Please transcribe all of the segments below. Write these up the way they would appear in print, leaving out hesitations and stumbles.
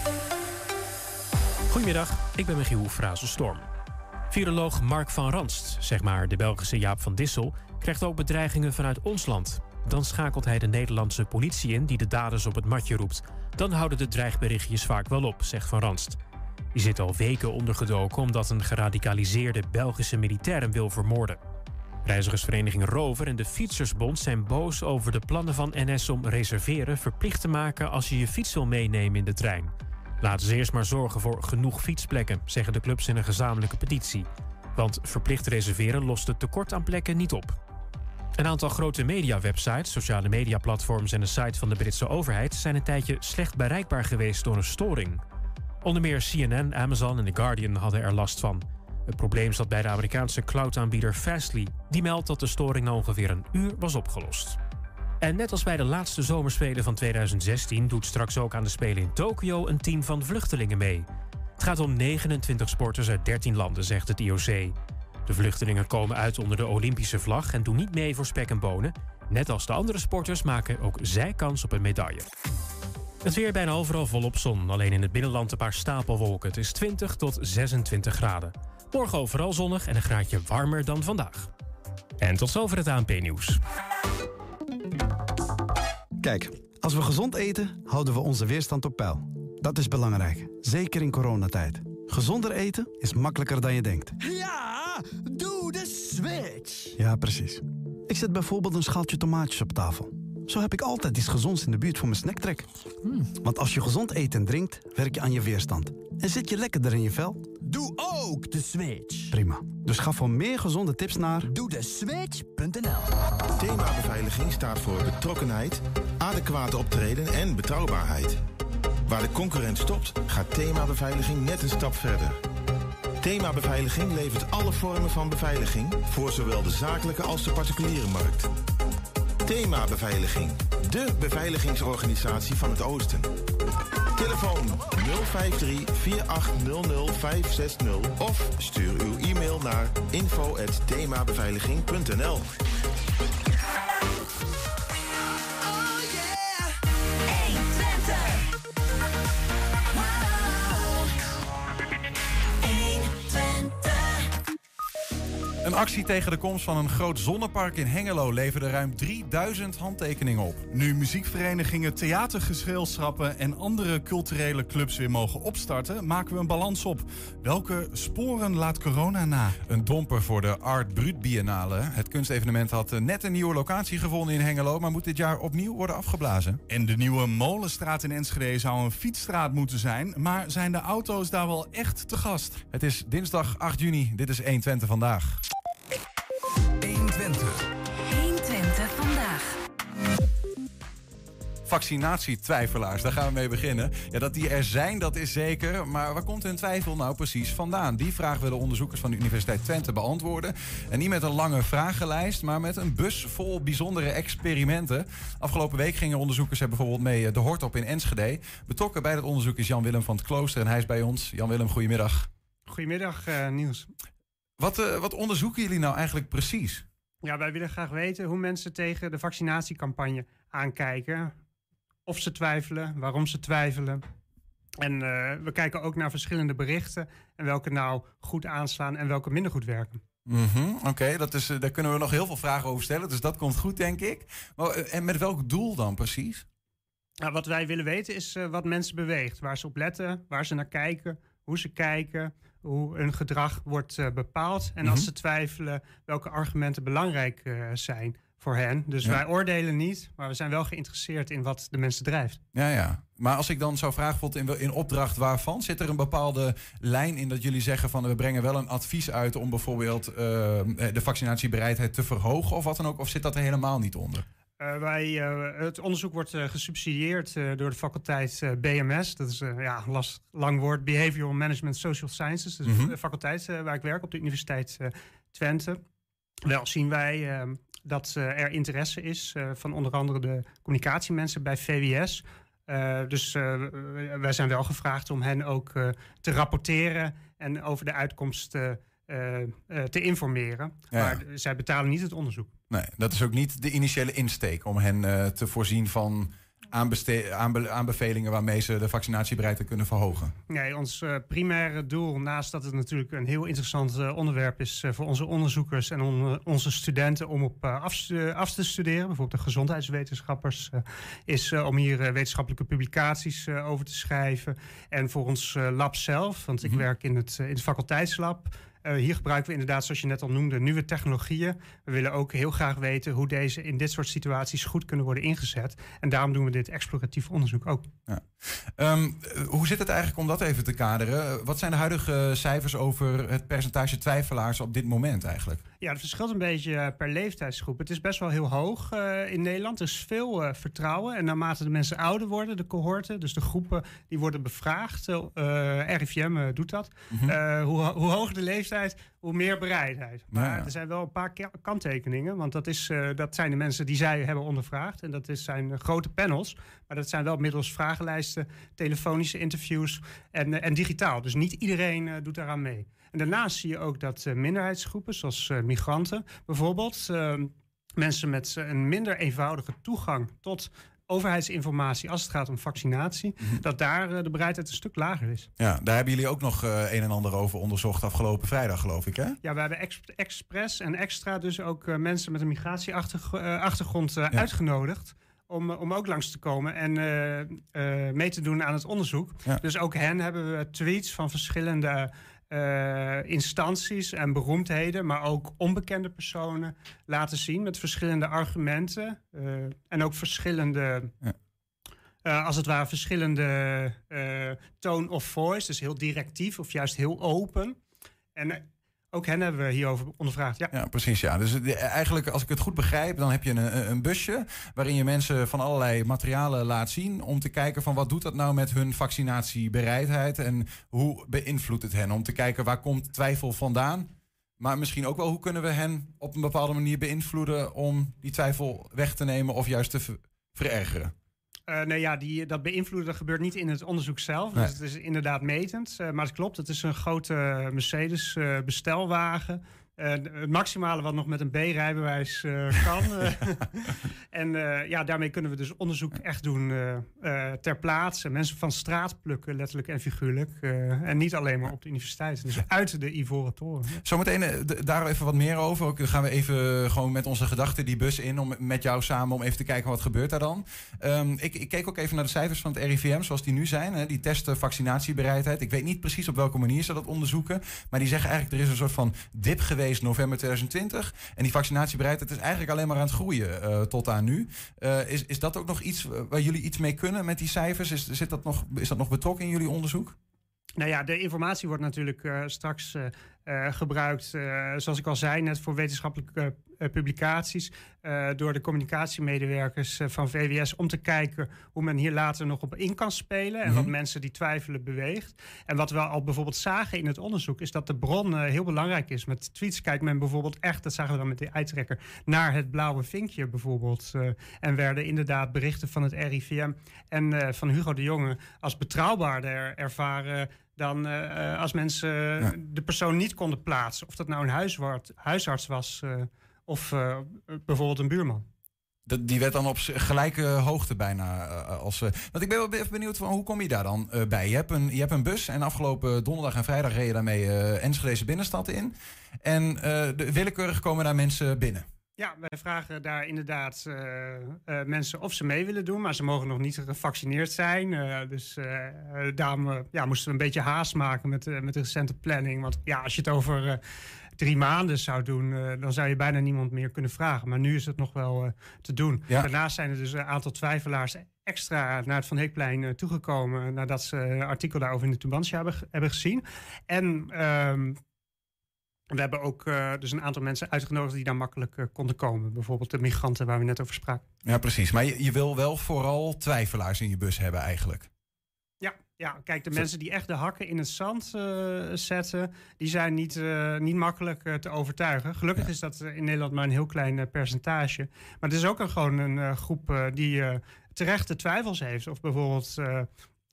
Goedemiddag, ik ben Michiel Frazelstorm. Viroloog Mark van Ranst, zeg maar de Belgische Jaap van Dissel, krijgt ook bedreigingen vanuit ons land. Dan schakelt hij de Nederlandse politie in die de daders op het matje roept. Dan houden de dreigberichtjes vaak wel op, zegt Van Ranst. Die zit al weken ondergedoken omdat een geradicaliseerde Belgische militair hem wil vermoorden. Reizigersvereniging Rover en de Fietsersbond zijn boos over de plannen van NS om reserveren verplicht te maken als je je fiets wil meenemen in de trein. Laten ze eerst maar zorgen voor genoeg fietsplekken, zeggen de clubs in een gezamenlijke petitie. Want verplicht reserveren lost het tekort aan plekken niet op. Een aantal grote mediawebsites, sociale mediaplatforms en de site van de Britse overheid zijn een tijdje slecht bereikbaar geweest door een storing. Onder meer CNN, Amazon en The Guardian hadden er last van. Het probleem zat bij de Amerikaanse cloudaanbieder Fastly. Die meldt dat de storing na ongeveer een uur was opgelost. En net als bij de laatste zomerspelen van 2016 doet straks ook aan de Spelen in Tokio een team van vluchtelingen mee. Het gaat om 29 sporters uit 13 landen, zegt het IOC. De vluchtelingen komen uit onder de Olympische vlag en doen niet mee voor spek en bonen. Net als de andere sporters maken ook zij kans op een medaille. Het weer bijna overal volop zon, alleen in het binnenland een paar stapelwolken. Het is 20 tot 26 graden. Morgen overal zonnig en een graadje warmer dan vandaag. En tot zover het ANP-nieuws. Kijk, als we gezond eten, houden we onze weerstand op peil. Dat is belangrijk, zeker in coronatijd. Gezonder eten is makkelijker dan je denkt. Ja, doe de switch. Ja, precies. Ik zet bijvoorbeeld een schaaltje tomaatjes op tafel. Zo heb ik altijd iets gezonds in de buurt voor mijn snacktrek. Want als je gezond eet en drinkt, werk je aan je weerstand. En zit je lekkerder in je vel. Doe ook de switch. Prima. Dus ga voor meer gezonde tips naar doedeswitch.nl. Thema beveiliging staat voor betrokkenheid, adequate optreden en betrouwbaarheid. Waar de concurrent stopt, gaat Thema Beveiliging net een stap verder. Thema Beveiliging levert alle vormen van beveiliging voor zowel de zakelijke als de particuliere markt. Thema Beveiliging, de beveiligingsorganisatie van het Oosten. Telefoon 053-4800-560 of stuur uw e-mail naar info@themabeveiliging.nl. Een actie tegen de komst van een groot zonnepark in Hengelo leverde ruim 3000 handtekeningen op. Nu muziekverenigingen, theatergezelschappen en andere culturele clubs weer mogen opstarten, maken we een balans op. Welke sporen laat corona na? Een domper voor de Art Brut Biennale. Het kunstevenement had net een nieuwe locatie gevonden in Hengelo, maar moet dit jaar opnieuw worden afgeblazen. En de nieuwe Molenstraat in Enschede zou een fietsstraat moeten zijn, maar zijn de auto's daar wel echt te gast? Het is dinsdag 8 juni. Dit is 120 vandaag. 120. 120 vandaag. Vaccinatietwijfelaars, daar gaan we mee beginnen. Ja, dat die er zijn, dat is zeker. Maar waar komt hun twijfel nou precies vandaan? Die vraag willen onderzoekers van de Universiteit Twente beantwoorden. En niet met een lange vragenlijst, maar met een bus vol bijzondere experimenten. Afgelopen week gingen onderzoekers er bijvoorbeeld mee de hort op in Enschede. Betrokken bij dat onderzoek is Jan-Willem van het Klooster en hij is bij ons. Jan-Willem, goedemiddag. Goedemiddag, Niels. Wat onderzoeken jullie nou eigenlijk precies? Ja, wij willen graag weten hoe mensen tegen de vaccinatiecampagne aankijken. Of ze twijfelen, waarom ze twijfelen. En we kijken ook naar verschillende berichten en welke nou goed aanslaan en welke minder goed werken. Oké, daar kunnen we nog heel veel vragen over stellen, dus dat komt goed, denk ik. Maar, en met welk doel dan precies? Nou, wat wij willen weten is wat mensen beweegt, waar ze op letten, waar ze naar kijken, hoe ze kijken, hoe hun gedrag wordt bepaald. En als ze twijfelen, welke argumenten belangrijk zijn voor hen. Dus wij oordelen niet, maar we zijn wel geïnteresseerd in wat de mensen drijft. Ja. Maar als ik dan zou vragen, bijvoorbeeld in opdracht waarvan? Zit er een bepaalde lijn in dat jullie zeggen van we brengen wel een advies uit om bijvoorbeeld de vaccinatiebereidheid te verhogen of wat dan ook? Of zit dat er helemaal niet onder? Het onderzoek wordt gesubsidieerd door de faculteit BMS. Dat is lang woord, Behavioral Management Social Sciences. Dus de faculteit waar ik werk op de Universiteit Twente. Wel zien wij dat er interesse is van onder andere de communicatiemensen bij VWS. Dus wij zijn wel gevraagd om hen ook te rapporteren en over de uitkomst te informeren. Ja. Maar zij betalen niet het onderzoek. Nee, dat is ook niet de initiële insteek om hen te voorzien van aanbevelingen waarmee ze de vaccinatiebereidheid kunnen verhogen? Nee, ons primaire doel, naast dat het natuurlijk een heel interessant onderwerp is voor onze onderzoekers en onze studenten om op af te studeren, bijvoorbeeld de gezondheidswetenschappers, is om hier wetenschappelijke publicaties over te schrijven. En voor ons lab zelf, want ik werk in het faculteitslab. Hier gebruiken we inderdaad, zoals je net al noemde, nieuwe technologieën. We willen ook heel graag weten hoe deze in dit soort situaties goed kunnen worden ingezet. En daarom doen we dit exploratief onderzoek ook. Ja. Hoe zit het eigenlijk om dat even te kaderen? Wat zijn de huidige cijfers over het percentage twijfelaars op dit moment eigenlijk? Ja, het verschilt een beetje per leeftijdsgroep. Het is best wel heel hoog in Nederland. Er is veel vertrouwen. En naarmate de mensen ouder worden, de cohorten, dus de groepen, die worden bevraagd. RIVM doet dat. Hoe hoger de leeftijd, hoe meer bereidheid. Maar er zijn wel een paar kanttekeningen. Want dat zijn de mensen die zij hebben ondervraagd. En dat zijn grote panels. Maar dat zijn wel middels vragenlijsten, telefonische interviews en digitaal. Dus niet iedereen doet daaraan mee. En daarnaast zie je ook dat minderheidsgroepen, zoals migranten bijvoorbeeld, mensen met een minder eenvoudige toegang tot overheidsinformatie als het gaat om vaccinatie, dat daar de bereidheid een stuk lager is. Ja, daar hebben jullie ook nog een en ander over onderzocht afgelopen vrijdag, geloof ik, hè? Ja, we hebben expres en extra dus ook mensen met een migratieachtergrond uitgenodigd om ook langs te komen en mee te doen aan het onderzoek. Ja. Dus ook hen hebben we tweets van verschillende instanties en beroemdheden, maar ook onbekende personen laten zien met verschillende argumenten en ook verschillende, als het ware verschillende tone of voice, dus heel directief of juist heel open. En ook hen hebben we hierover ondervraagd. Ja, precies. Ja. Dus eigenlijk, als ik het goed begrijp, dan heb je een busje waarin je mensen van allerlei materialen laat zien om te kijken van wat doet dat nou met hun vaccinatiebereidheid en hoe beïnvloedt het hen? Om te kijken waar komt twijfel vandaan, maar misschien ook wel hoe kunnen we hen op een bepaalde manier beïnvloeden om die twijfel weg te nemen of juist te verergeren. Dat beïnvloeden gebeurt niet in het onderzoek zelf. Nee. Dus het is inderdaad metend. Maar het klopt, het is een grote Mercedes bestelwagen. Het maximale wat nog met een B-rijbewijs kan. En daarmee kunnen we dus onderzoek echt doen ter plaatse. Mensen van straat plukken, letterlijk en figuurlijk. En niet alleen maar op de universiteit. Dus uit de Ivoren Toren. Zometeen daar even wat meer over. Ook, dan gaan we even gewoon met onze gedachten die bus in. Met jou samen om even te kijken wat gebeurt daar dan. Ik keek ook even naar de cijfers van het RIVM zoals die nu zijn. Hè, die testen vaccinatiebereidheid. Ik weet niet precies op welke manier ze dat onderzoeken. Maar die zeggen eigenlijk er is een soort van dip geweest november 2020. En die vaccinatiebereidheid is eigenlijk alleen maar aan het groeien tot aan nu. Is dat ook nog iets waar jullie iets mee kunnen met die cijfers? Is dat nog betrokken in jullie onderzoek? Nou ja, de informatie wordt natuurlijk straks gebruikt, zoals ik al zei, net voor wetenschappelijke publicaties door de communicatiemedewerkers van VWS om te kijken hoe men hier later nog op in kan spelen en wat mensen die twijfelen beweegt. En wat we al bijvoorbeeld zagen in het onderzoek is dat de bron heel belangrijk is. Met tweets kijkt men bijvoorbeeld echt, dat zagen we dan met de eye-tracker, naar het blauwe vinkje bijvoorbeeld. En werden inderdaad berichten van het RIVM en van Hugo de Jonge als betrouwbaarder ervaren dan als mensen de persoon niet konden plaatsen. Of dat nou een huisarts was of bijvoorbeeld een buurman. Die werd dan op gelijke hoogte bijna. Want ik ben wel even benieuwd van hoe kom je daar dan bij? Je hebt een bus en afgelopen donderdag en vrijdag reed je daarmee Enschedese binnenstad in. En willekeurig komen daar mensen binnen. Ja, wij vragen daar inderdaad mensen of ze mee willen doen, maar ze mogen nog niet gevaccineerd zijn. Dus daarom moesten we een beetje haast maken met de recente planning. Want ja, als je het over 3 maanden zou doen, dan zou je bijna niemand meer kunnen vragen. Maar nu is het nog wel te doen. Ja. Daarnaast zijn er dus een aantal twijfelaars extra naar het Van Heekplein toegekomen nadat ze een artikel daarover in de Tubantia hebben gezien. En we hebben ook dus een aantal mensen uitgenodigd die daar makkelijk konden komen. Bijvoorbeeld de migranten waar we net over spraken. Ja, precies. Maar je wil wel vooral twijfelaars in je bus hebben eigenlijk. Ja, kijk, de mensen die echt de hakken in het zand zetten, die zijn niet makkelijk te overtuigen. Gelukkig is dat in Nederland maar een heel klein percentage. Maar het is ook gewoon een groep die terechte twijfels heeft. Of bijvoorbeeld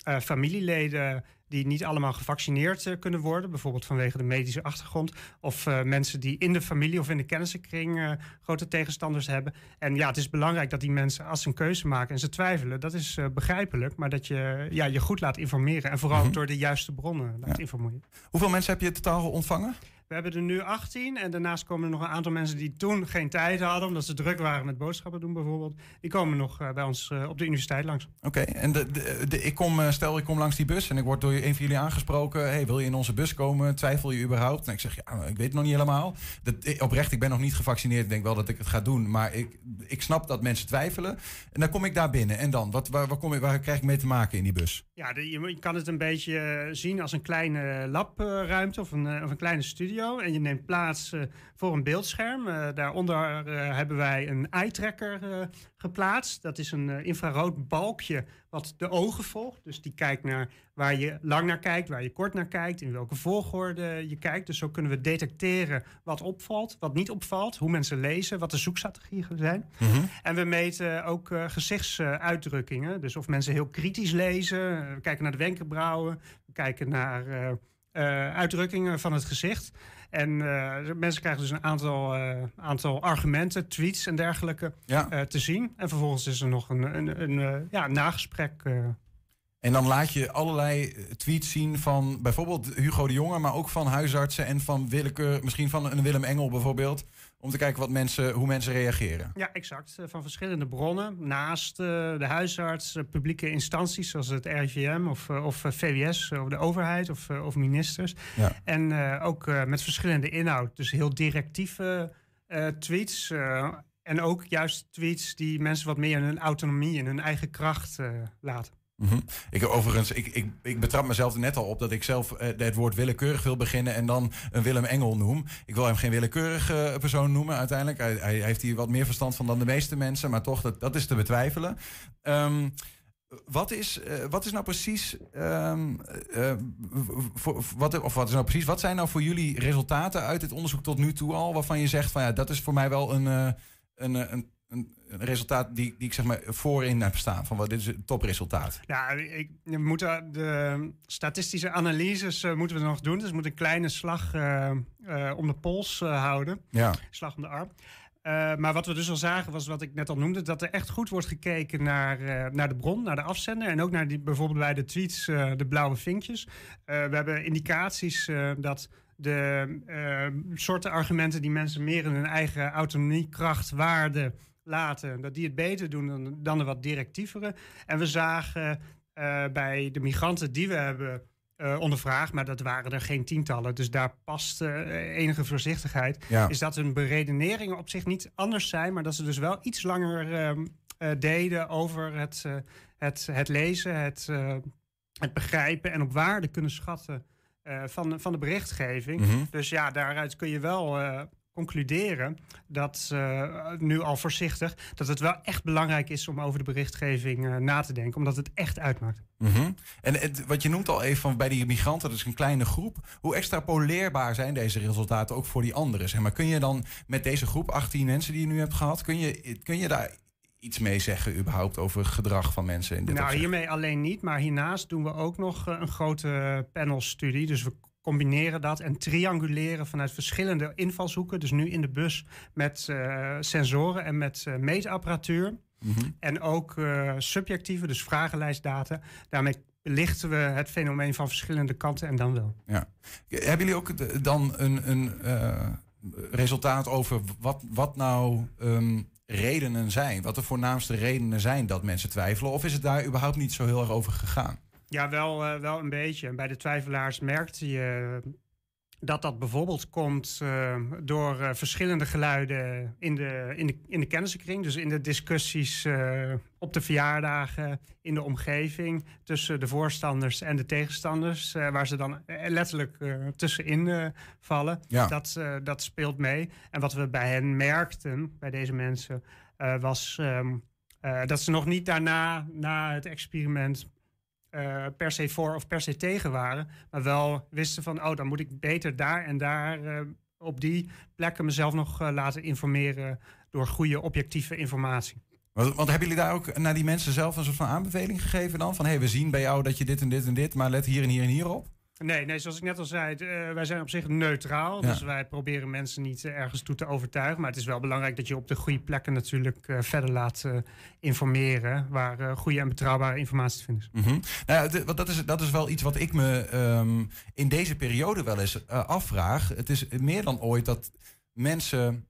familieleden die niet allemaal gevaccineerd kunnen worden, bijvoorbeeld vanwege de medische achtergrond, of mensen die in de familie of in de kennissenkring grote tegenstanders hebben. En ja, het is belangrijk dat die mensen, als ze een keuze maken en ze twijfelen, dat is begrijpelijk, maar dat je je goed laat informeren en vooral door de juiste bronnen laat informeren. Hoeveel mensen heb je totaal ontvangen? We hebben er nu 18 en daarnaast komen er nog een aantal mensen die toen geen tijd hadden, omdat ze druk waren met boodschappen doen bijvoorbeeld. Die komen nog bij ons op de universiteit langs. Oké, en ik kom langs die bus en ik word door een van jullie aangesproken. Hey, wil je in onze bus komen? Twijfel je überhaupt? En ik zeg, ja, ik weet het nog niet helemaal. Oprecht, ik ben nog niet gevaccineerd. Ik denk wel dat ik het ga doen, maar ik snap dat mensen twijfelen. En dan kom ik daar binnen. En dan? Waar krijg ik mee te maken in die bus? Ja, je kan het een beetje zien als een kleine labruimte of een kleine studio. En je neemt plaats voor een beeldscherm. Daaronder hebben wij een eye-tracker geplaatst. Dat is een infrarood balkje wat de ogen volgt. Dus die kijkt naar waar je lang naar kijkt, waar je kort naar kijkt, in welke volgorde je kijkt. Dus zo kunnen we detecteren wat opvalt, wat niet opvalt, hoe mensen lezen, wat de zoekstrategieën zijn. Mm-hmm. En we meten ook gezichtsuitdrukkingen. Dus of mensen heel kritisch lezen. We kijken naar de wenkbrauwen. We kijken naar uitdrukkingen van het gezicht. En mensen krijgen dus een aantal argumenten, tweets en dergelijke te zien. En vervolgens is er nog een nagesprek. En dan laat je allerlei tweets zien van bijvoorbeeld Hugo de Jonge, maar ook van huisartsen en van willekeur, misschien van een Willem Engel bijvoorbeeld, om te kijken hoe mensen reageren. Ja, exact. Van verschillende bronnen. Naast de huisarts, publieke instanties zoals het RIVM of VWS, of de overheid of ministers. Ja. En ook met verschillende inhoud. Dus heel directieve tweets. En ook juist tweets die mensen wat meer in hun autonomie, in hun eigen kracht laten. Mm-hmm. Ik betrap mezelf er net al op dat ik zelf het woord willekeurig wil beginnen en dan een Willem Engel noem. Ik wil hem geen willekeurige persoon noemen uiteindelijk. Hij heeft hier wat meer verstand van dan de meeste mensen, maar toch, dat is te betwijfelen. Wat is nou precies, wat zijn nou voor jullie resultaten uit dit onderzoek tot nu toe al, waarvan je zegt van ja, dat is voor mij wel een resultaat die ik zeg maar voorin heb staan. Van dit is het topresultaat. Ja, we moeten de statistische analyses moeten we nog doen. Dus we moeten een kleine slag om de pols houden. Ja. Slag om de arm. Maar wat we dus al zagen was wat ik net al noemde, dat er echt goed wordt gekeken naar de bron, naar de afzender. En ook naar bijvoorbeeld bij de tweets de blauwe vinkjes. We hebben indicaties dat de soorten argumenten die mensen meer in hun eigen autonomie, kracht, waarde laten, dat die het beter doen dan de wat directievere. En we zagen bij de migranten die we hebben ondervraagd, maar dat waren er geen tientallen, dus daar past enige voorzichtigheid, is dat hun beredeneringen op zich niet anders zijn, maar dat ze dus wel iets langer deden over het lezen, het begrijpen en op waarde kunnen schatten van de berichtgeving. Mm-hmm. Dus ja, daaruit kun je wel concluderen dat nu al voorzichtig, dat het wel echt belangrijk is om over de berichtgeving na te denken, omdat het echt uitmaakt. Mm-hmm. En wat je noemt al even van bij die migranten, dat is een kleine groep. Hoe extrapoleerbaar zijn deze resultaten ook voor die anderen? Zeg maar, kun je dan met deze groep 18 mensen die je nu hebt gehad, kun je daar iets mee zeggen überhaupt over het gedrag van mensen in dit opzicht? Hiermee alleen niet, maar hiernaast doen we ook nog een grote panelstudie. Dus we combineren dat en trianguleren vanuit verschillende invalshoeken. Dus nu in de bus met sensoren en met meetapparatuur. Mm-hmm. En ook subjectieve, dus vragenlijstdata. Daarmee belichten we het fenomeen van verschillende kanten en dan wel. Ja. Hebben jullie ook dan een resultaat over wat nou redenen zijn? Wat de voornaamste redenen zijn dat mensen twijfelen? Of is het daar überhaupt niet zo heel erg over gegaan? Ja, wel een beetje. En bij de twijfelaars merkte je dat bijvoorbeeld komt door verschillende geluiden in de kennissenkring. Dus in de discussies op de verjaardagen, in de omgeving, tussen de voorstanders en de tegenstanders, waar ze dan letterlijk tussenin vallen. Ja. Dat speelt mee. En wat we bij hen merkten, bij deze mensen, was dat ze nog niet daarna, na het experiment, per se voor of per se tegen waren, maar wel wisten van, dan moet ik beter daar en daar op die plekken mezelf nog laten informeren door goede objectieve informatie. Want hebben jullie daar ook naar die mensen zelf een soort van aanbeveling gegeven dan? Van, we zien bij jou dat je dit en dit en dit, maar let hier en hier en hier op? Nee, zoals ik net al zei, wij zijn op zich neutraal. Ja. Dus wij proberen mensen niet ergens toe te overtuigen. Maar het is wel belangrijk dat je op de goede plekken natuurlijk verder laat informeren. Waar goede en betrouwbare informatie te vinden is. Mm-hmm. Dat is wel iets wat ik me in deze periode wel eens afvraag. Het is meer dan ooit dat mensen...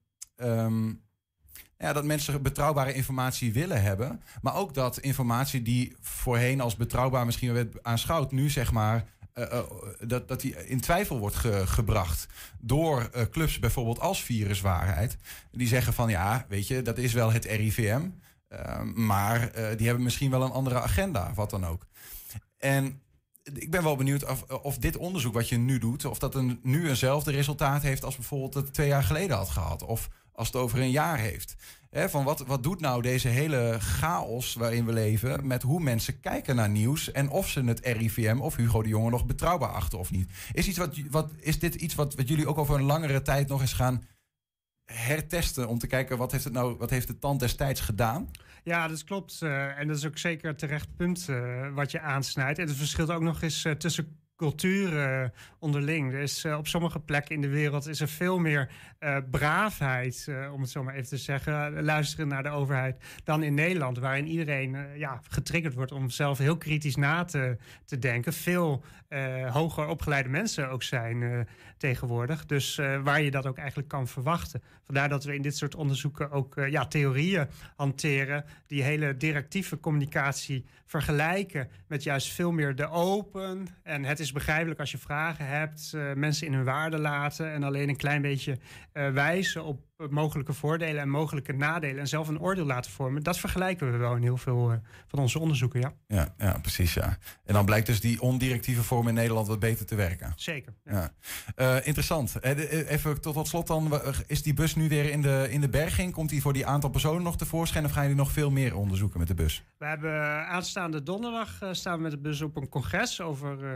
dat mensen betrouwbare informatie willen hebben. Maar ook dat informatie die voorheen als betrouwbaar misschien werd aanschouwd... nu zeg maar... dat die in twijfel wordt gebracht door clubs bijvoorbeeld als Viruswaarheid. Die zeggen van weet je, dat is wel het RIVM. Maar die hebben misschien wel een andere agenda, wat dan ook. En ik ben wel benieuwd of dit onderzoek wat je nu doet... of dat nu eenzelfde resultaat heeft als bijvoorbeeld het 2 jaar geleden had gehad. Of als het over een jaar heeft. Van wat doet nou deze hele chaos waarin we leven... met hoe mensen kijken naar nieuws... en of ze het RIVM of Hugo de Jonge nog betrouwbaar achten of niet. Is dit iets wat jullie ook over een langere tijd nog eens gaan hertesten... om te kijken wat heeft het tand destijds gedaan? Ja, dat klopt. En dat is ook zeker het terecht punt wat je aansnijdt. En het verschilt ook nog eens tussen culturen onderling. Er is op sommige plekken in de wereld is er veel meer braafheid, om het zo maar even te zeggen, luisteren naar de overheid, dan in Nederland, waarin iedereen getriggerd wordt om zelf heel kritisch na te denken. Veel hoger opgeleide mensen ook zijn tegenwoordig. Dus waar je dat ook eigenlijk kan verwachten. Vandaar dat we in dit soort onderzoeken ook theorieën hanteren die hele directieve communicatie vergelijken met juist veel meer de open. En het is begrijpelijk als je vragen hebt, mensen in hun waarde laten en alleen een klein beetje wijzen op mogelijke voordelen en mogelijke nadelen en zelf een oordeel laten vormen. Dat vergelijken we wel in heel veel van onze onderzoeken, ja. Ja, precies, ja. En dan blijkt dus die ondirectieve vorm in Nederland wat beter te werken. Zeker. Ja. Interessant. Even tot slot dan. Is die bus nu weer in de berging? Komt die voor die aantal personen nog tevoorschijn? Of gaan jullie nog veel meer onderzoeken met de bus? We hebben aanstaande donderdag staan we met de bus op een congres over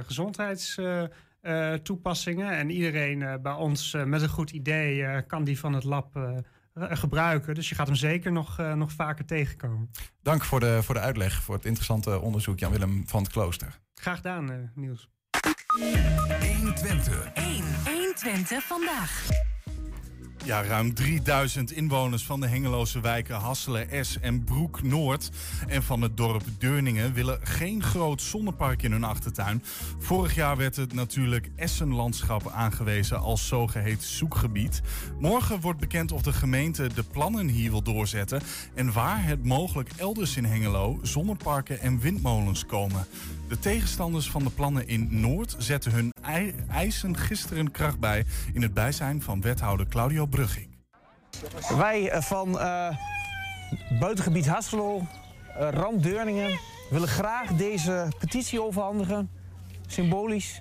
gezondheidstoepassingen. En iedereen bij ons met een goed idee kan die van het lab gebruiken. Dus je gaat hem zeker nog vaker tegenkomen. Dank voor de uitleg, voor het interessante onderzoek, Jan-Willem van het Klooster. Graag gedaan, Niels. 120. 120 vandaag. Ja, ruim 3000 inwoners van de Hengeloze wijken Hasselen, Es en Broek-Noord en van het dorp Deurningen willen geen groot zonnepark in hun achtertuin. Vorig jaar werd het natuurlijk Essenlandschap aangewezen als zogeheten zoekgebied. Morgen wordt bekend of de gemeente de plannen hier wil doorzetten en waar het mogelijk elders in Hengelo zonneparken en windmolens komen. De tegenstanders van de plannen in Noord zetten hun eisen gisteren kracht bij in het bijzijn van wethouder Claudio Brugging. Wij van buitengebied Hasselo, Rand Deurningen, willen graag deze petitie overhandigen, symbolisch,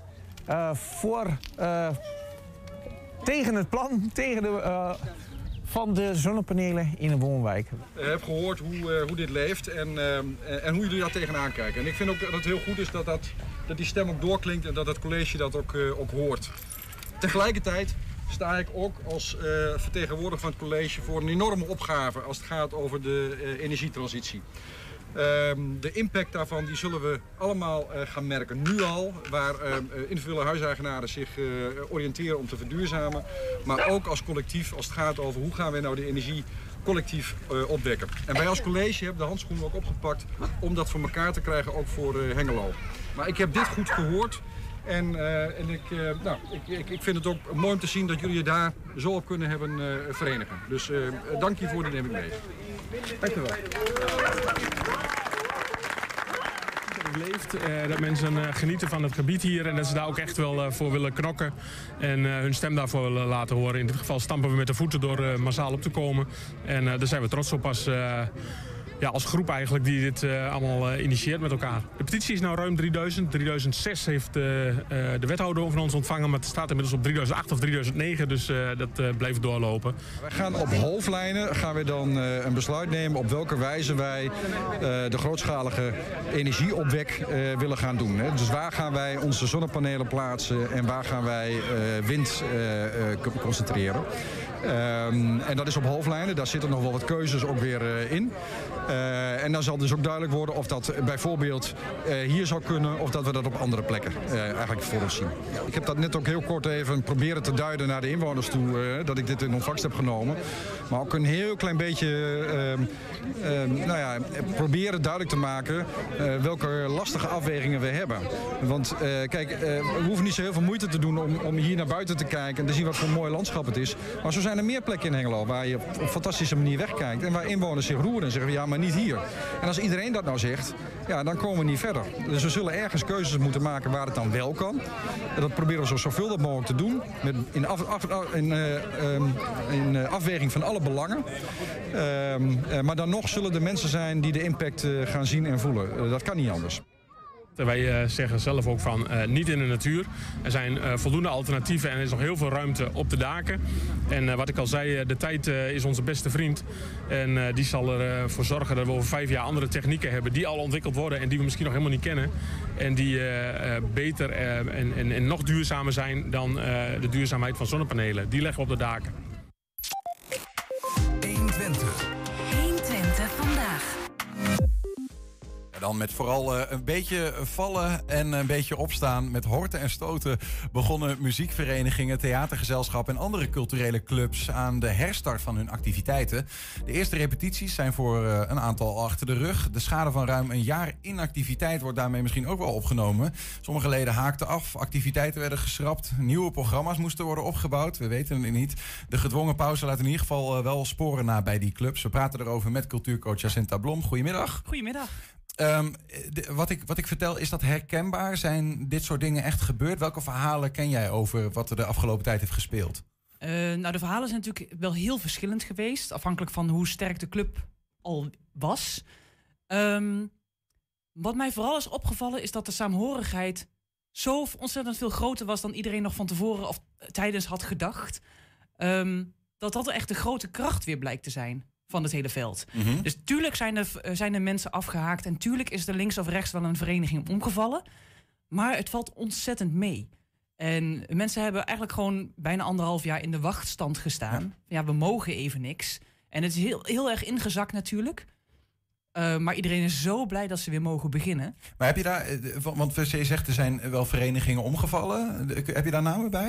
tegen het plan, van de zonnepanelen in de woonwijk. Ik heb gehoord hoe dit leeft en hoe jullie daar tegenaan kijken. En ik vind ook dat het heel goed is dat die stem ook doorklinkt en dat het college dat ook hoort. Tegelijkertijd sta ik ook als vertegenwoordiger van het college voor een enorme opgave als het gaat over de energietransitie. De impact daarvan die zullen we allemaal gaan merken. Nu al, waar individuele huiseigenaren zich oriënteren om te verduurzamen. Maar ook als collectief, als het gaat over hoe gaan we nou de energie collectief opwekken. En wij als college hebben de handschoenen ook opgepakt om dat voor elkaar te krijgen, ook voor Hengelo. Maar ik heb dit goed gehoord. En ik vind het ook mooi om te zien dat jullie je daar zo op kunnen hebben verenigen. Dus dank hiervoor, dat neem ik mee. Dank u wel. Leeft, dat mensen genieten van het gebied hier en dat ze daar ook echt wel voor willen knokken en hun stem daarvoor willen laten horen. In dit geval stampen we met de voeten door massaal op te komen en daar zijn we trots op als groep eigenlijk die dit allemaal initieert met elkaar. De petitie is nou ruim 3000. 3006 heeft de wethouder van ons ontvangen, maar het staat inmiddels op 3008 of 3009, dus dat blijft doorlopen. Wij gaan op hoofdlijnen dan een besluit nemen op welke wijze wij de grootschalige energieopwek willen gaan doen. Hè. Dus waar gaan wij onze zonnepanelen plaatsen en waar gaan wij wind concentreren. En dat is op hoofdlijnen, daar zitten nog wel wat keuzes ook weer in. En dan zal dus ook duidelijk worden of dat bijvoorbeeld hier zou kunnen... of dat we dat op andere plekken eigenlijk voor ons zien. Ik heb dat net ook heel kort even proberen te duiden naar de inwoners toe... dat ik dit in ontvangst heb genomen. Maar ook een heel klein beetje proberen duidelijk te maken... welke lastige afwegingen we hebben. Want kijk, we hoeven niet zo heel veel moeite te doen om hier naar buiten te kijken... en te zien wat voor een mooi landschap het is. Maar zo zijn er meer plekken in Hengelo waar je op een fantastische manier wegkijkt... en waar inwoners zich roeren en zeggen, ja, maar niet hier. En als iedereen dat nou zegt, ja, dan komen we niet verder. Dus we zullen ergens keuzes moeten maken waar het dan wel kan. En dat proberen we zo zorgvuldig mogelijk te doen... in afweging van alle belangen. Maar dan nog zullen er mensen zijn die de impact gaan zien en voelen. Dat kan niet anders. Wij zeggen zelf ook van niet in de natuur. Er zijn voldoende alternatieven en er is nog heel veel ruimte op de daken. En wat ik al zei, de tijd is onze beste vriend. En die zal ervoor zorgen dat we over 5 jaar andere technieken hebben... die al ontwikkeld worden en die we misschien nog helemaal niet kennen. En die beter en nog duurzamer zijn dan de duurzaamheid van zonnepanelen. Die leggen we op de daken. 120. 120 vandaag. Dan met vooral een beetje vallen en een beetje opstaan. Met horten en stoten begonnen muziekverenigingen, theatergezelschappen en andere culturele clubs aan de herstart van hun activiteiten. De eerste repetities zijn voor een aantal achter de rug. De schade van ruim een jaar inactiviteit wordt daarmee misschien ook wel opgenomen. Sommige leden haakten af, activiteiten werden geschrapt, nieuwe programma's moesten worden opgebouwd. We weten het niet. De gedwongen pauze laat in ieder geval wel sporen na bij die clubs. We praten erover met cultuurcoach Jacinta Blom. Goedemiddag. Goedemiddag. Wat ik vertel, is dat herkenbaar? Zijn dit soort dingen echt gebeurd? Welke verhalen ken jij over wat er de afgelopen tijd heeft gespeeld? De verhalen zijn natuurlijk wel heel verschillend geweest. Afhankelijk van hoe sterk de club al was. Wat mij vooral is opgevallen is dat de saamhorigheid zo ontzettend veel groter was dan iedereen nog van tevoren of tijdens had gedacht. Dat echt de grote kracht weer blijkt te zijn van het hele veld. Mm-hmm. Dus tuurlijk zijn er mensen afgehaakt en tuurlijk is er links of rechts wel een vereniging omgevallen. Maar het valt ontzettend mee. En mensen hebben eigenlijk gewoon bijna 1,5 jaar in de wachtstand gestaan. Ja, we mogen even niks. En het is heel erg ingezakt natuurlijk. Maar iedereen is zo blij dat ze weer mogen beginnen. Maar heb je daar, want je zegt er zijn wel verenigingen omgevallen. Heb je daar namen bij?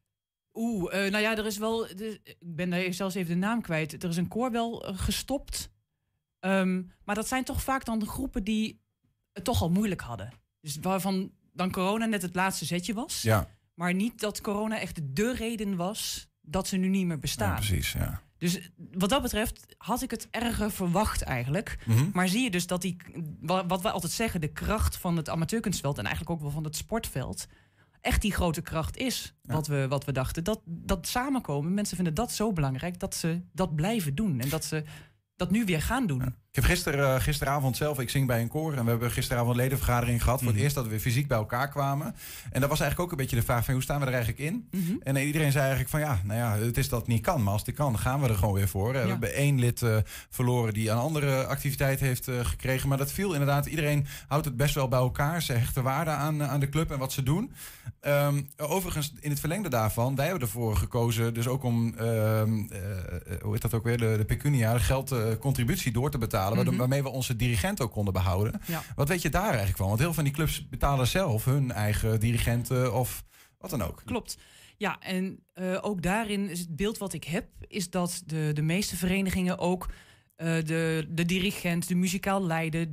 Er is wel... Ik ben daar zelfs even de naam kwijt. Er is een koor wel gestopt. Maar dat zijn toch vaak dan de groepen die het toch al moeilijk hadden. Dus waarvan dan corona net het laatste zetje was. Ja. Maar niet dat corona echt de reden was dat ze nu niet meer bestaan. Ja, precies, ja. Dus wat dat betreft had ik het erger verwacht eigenlijk. Mm-hmm. Maar zie je dus dat wat we altijd zeggen, de kracht van het amateurkunstveld en eigenlijk ook wel van het sportveld, echt die grote kracht is. Ja. Wat we dachten. Dat samenkomen, mensen vinden dat zo belangrijk dat ze dat blijven doen. En dat ze dat nu weer gaan doen. Ja. Ik heb gisteravond zelf, ik zing bij een koor en we hebben gisteravond een ledenvergadering gehad. Voor het eerst dat we weer fysiek bij elkaar kwamen. En dat was eigenlijk ook een beetje de vraag van hoe staan we er eigenlijk in? Mm-hmm. En iedereen zei eigenlijk van het is dat het niet kan. Maar als het kan, gaan we er gewoon weer voor. Ja. We hebben 1 lid verloren die een andere activiteit heeft gekregen. Maar dat viel inderdaad, iedereen houdt het best wel bij elkaar. Ze hechten waarde aan de club en wat ze doen. Overigens, in het verlengde daarvan, wij hebben ervoor gekozen dus ook om, hoe heet dat ook weer, de pecunia, de geldcontributie door te betalen. Waarmee we onze dirigent ook konden behouden. Ja. Wat weet je daar eigenlijk van? Want heel veel van die clubs betalen zelf hun eigen dirigenten of wat dan ook. Klopt. Ja, en ook daarin is het beeld wat ik heb, is dat de meeste verenigingen ook de dirigent, de muzikaal leider,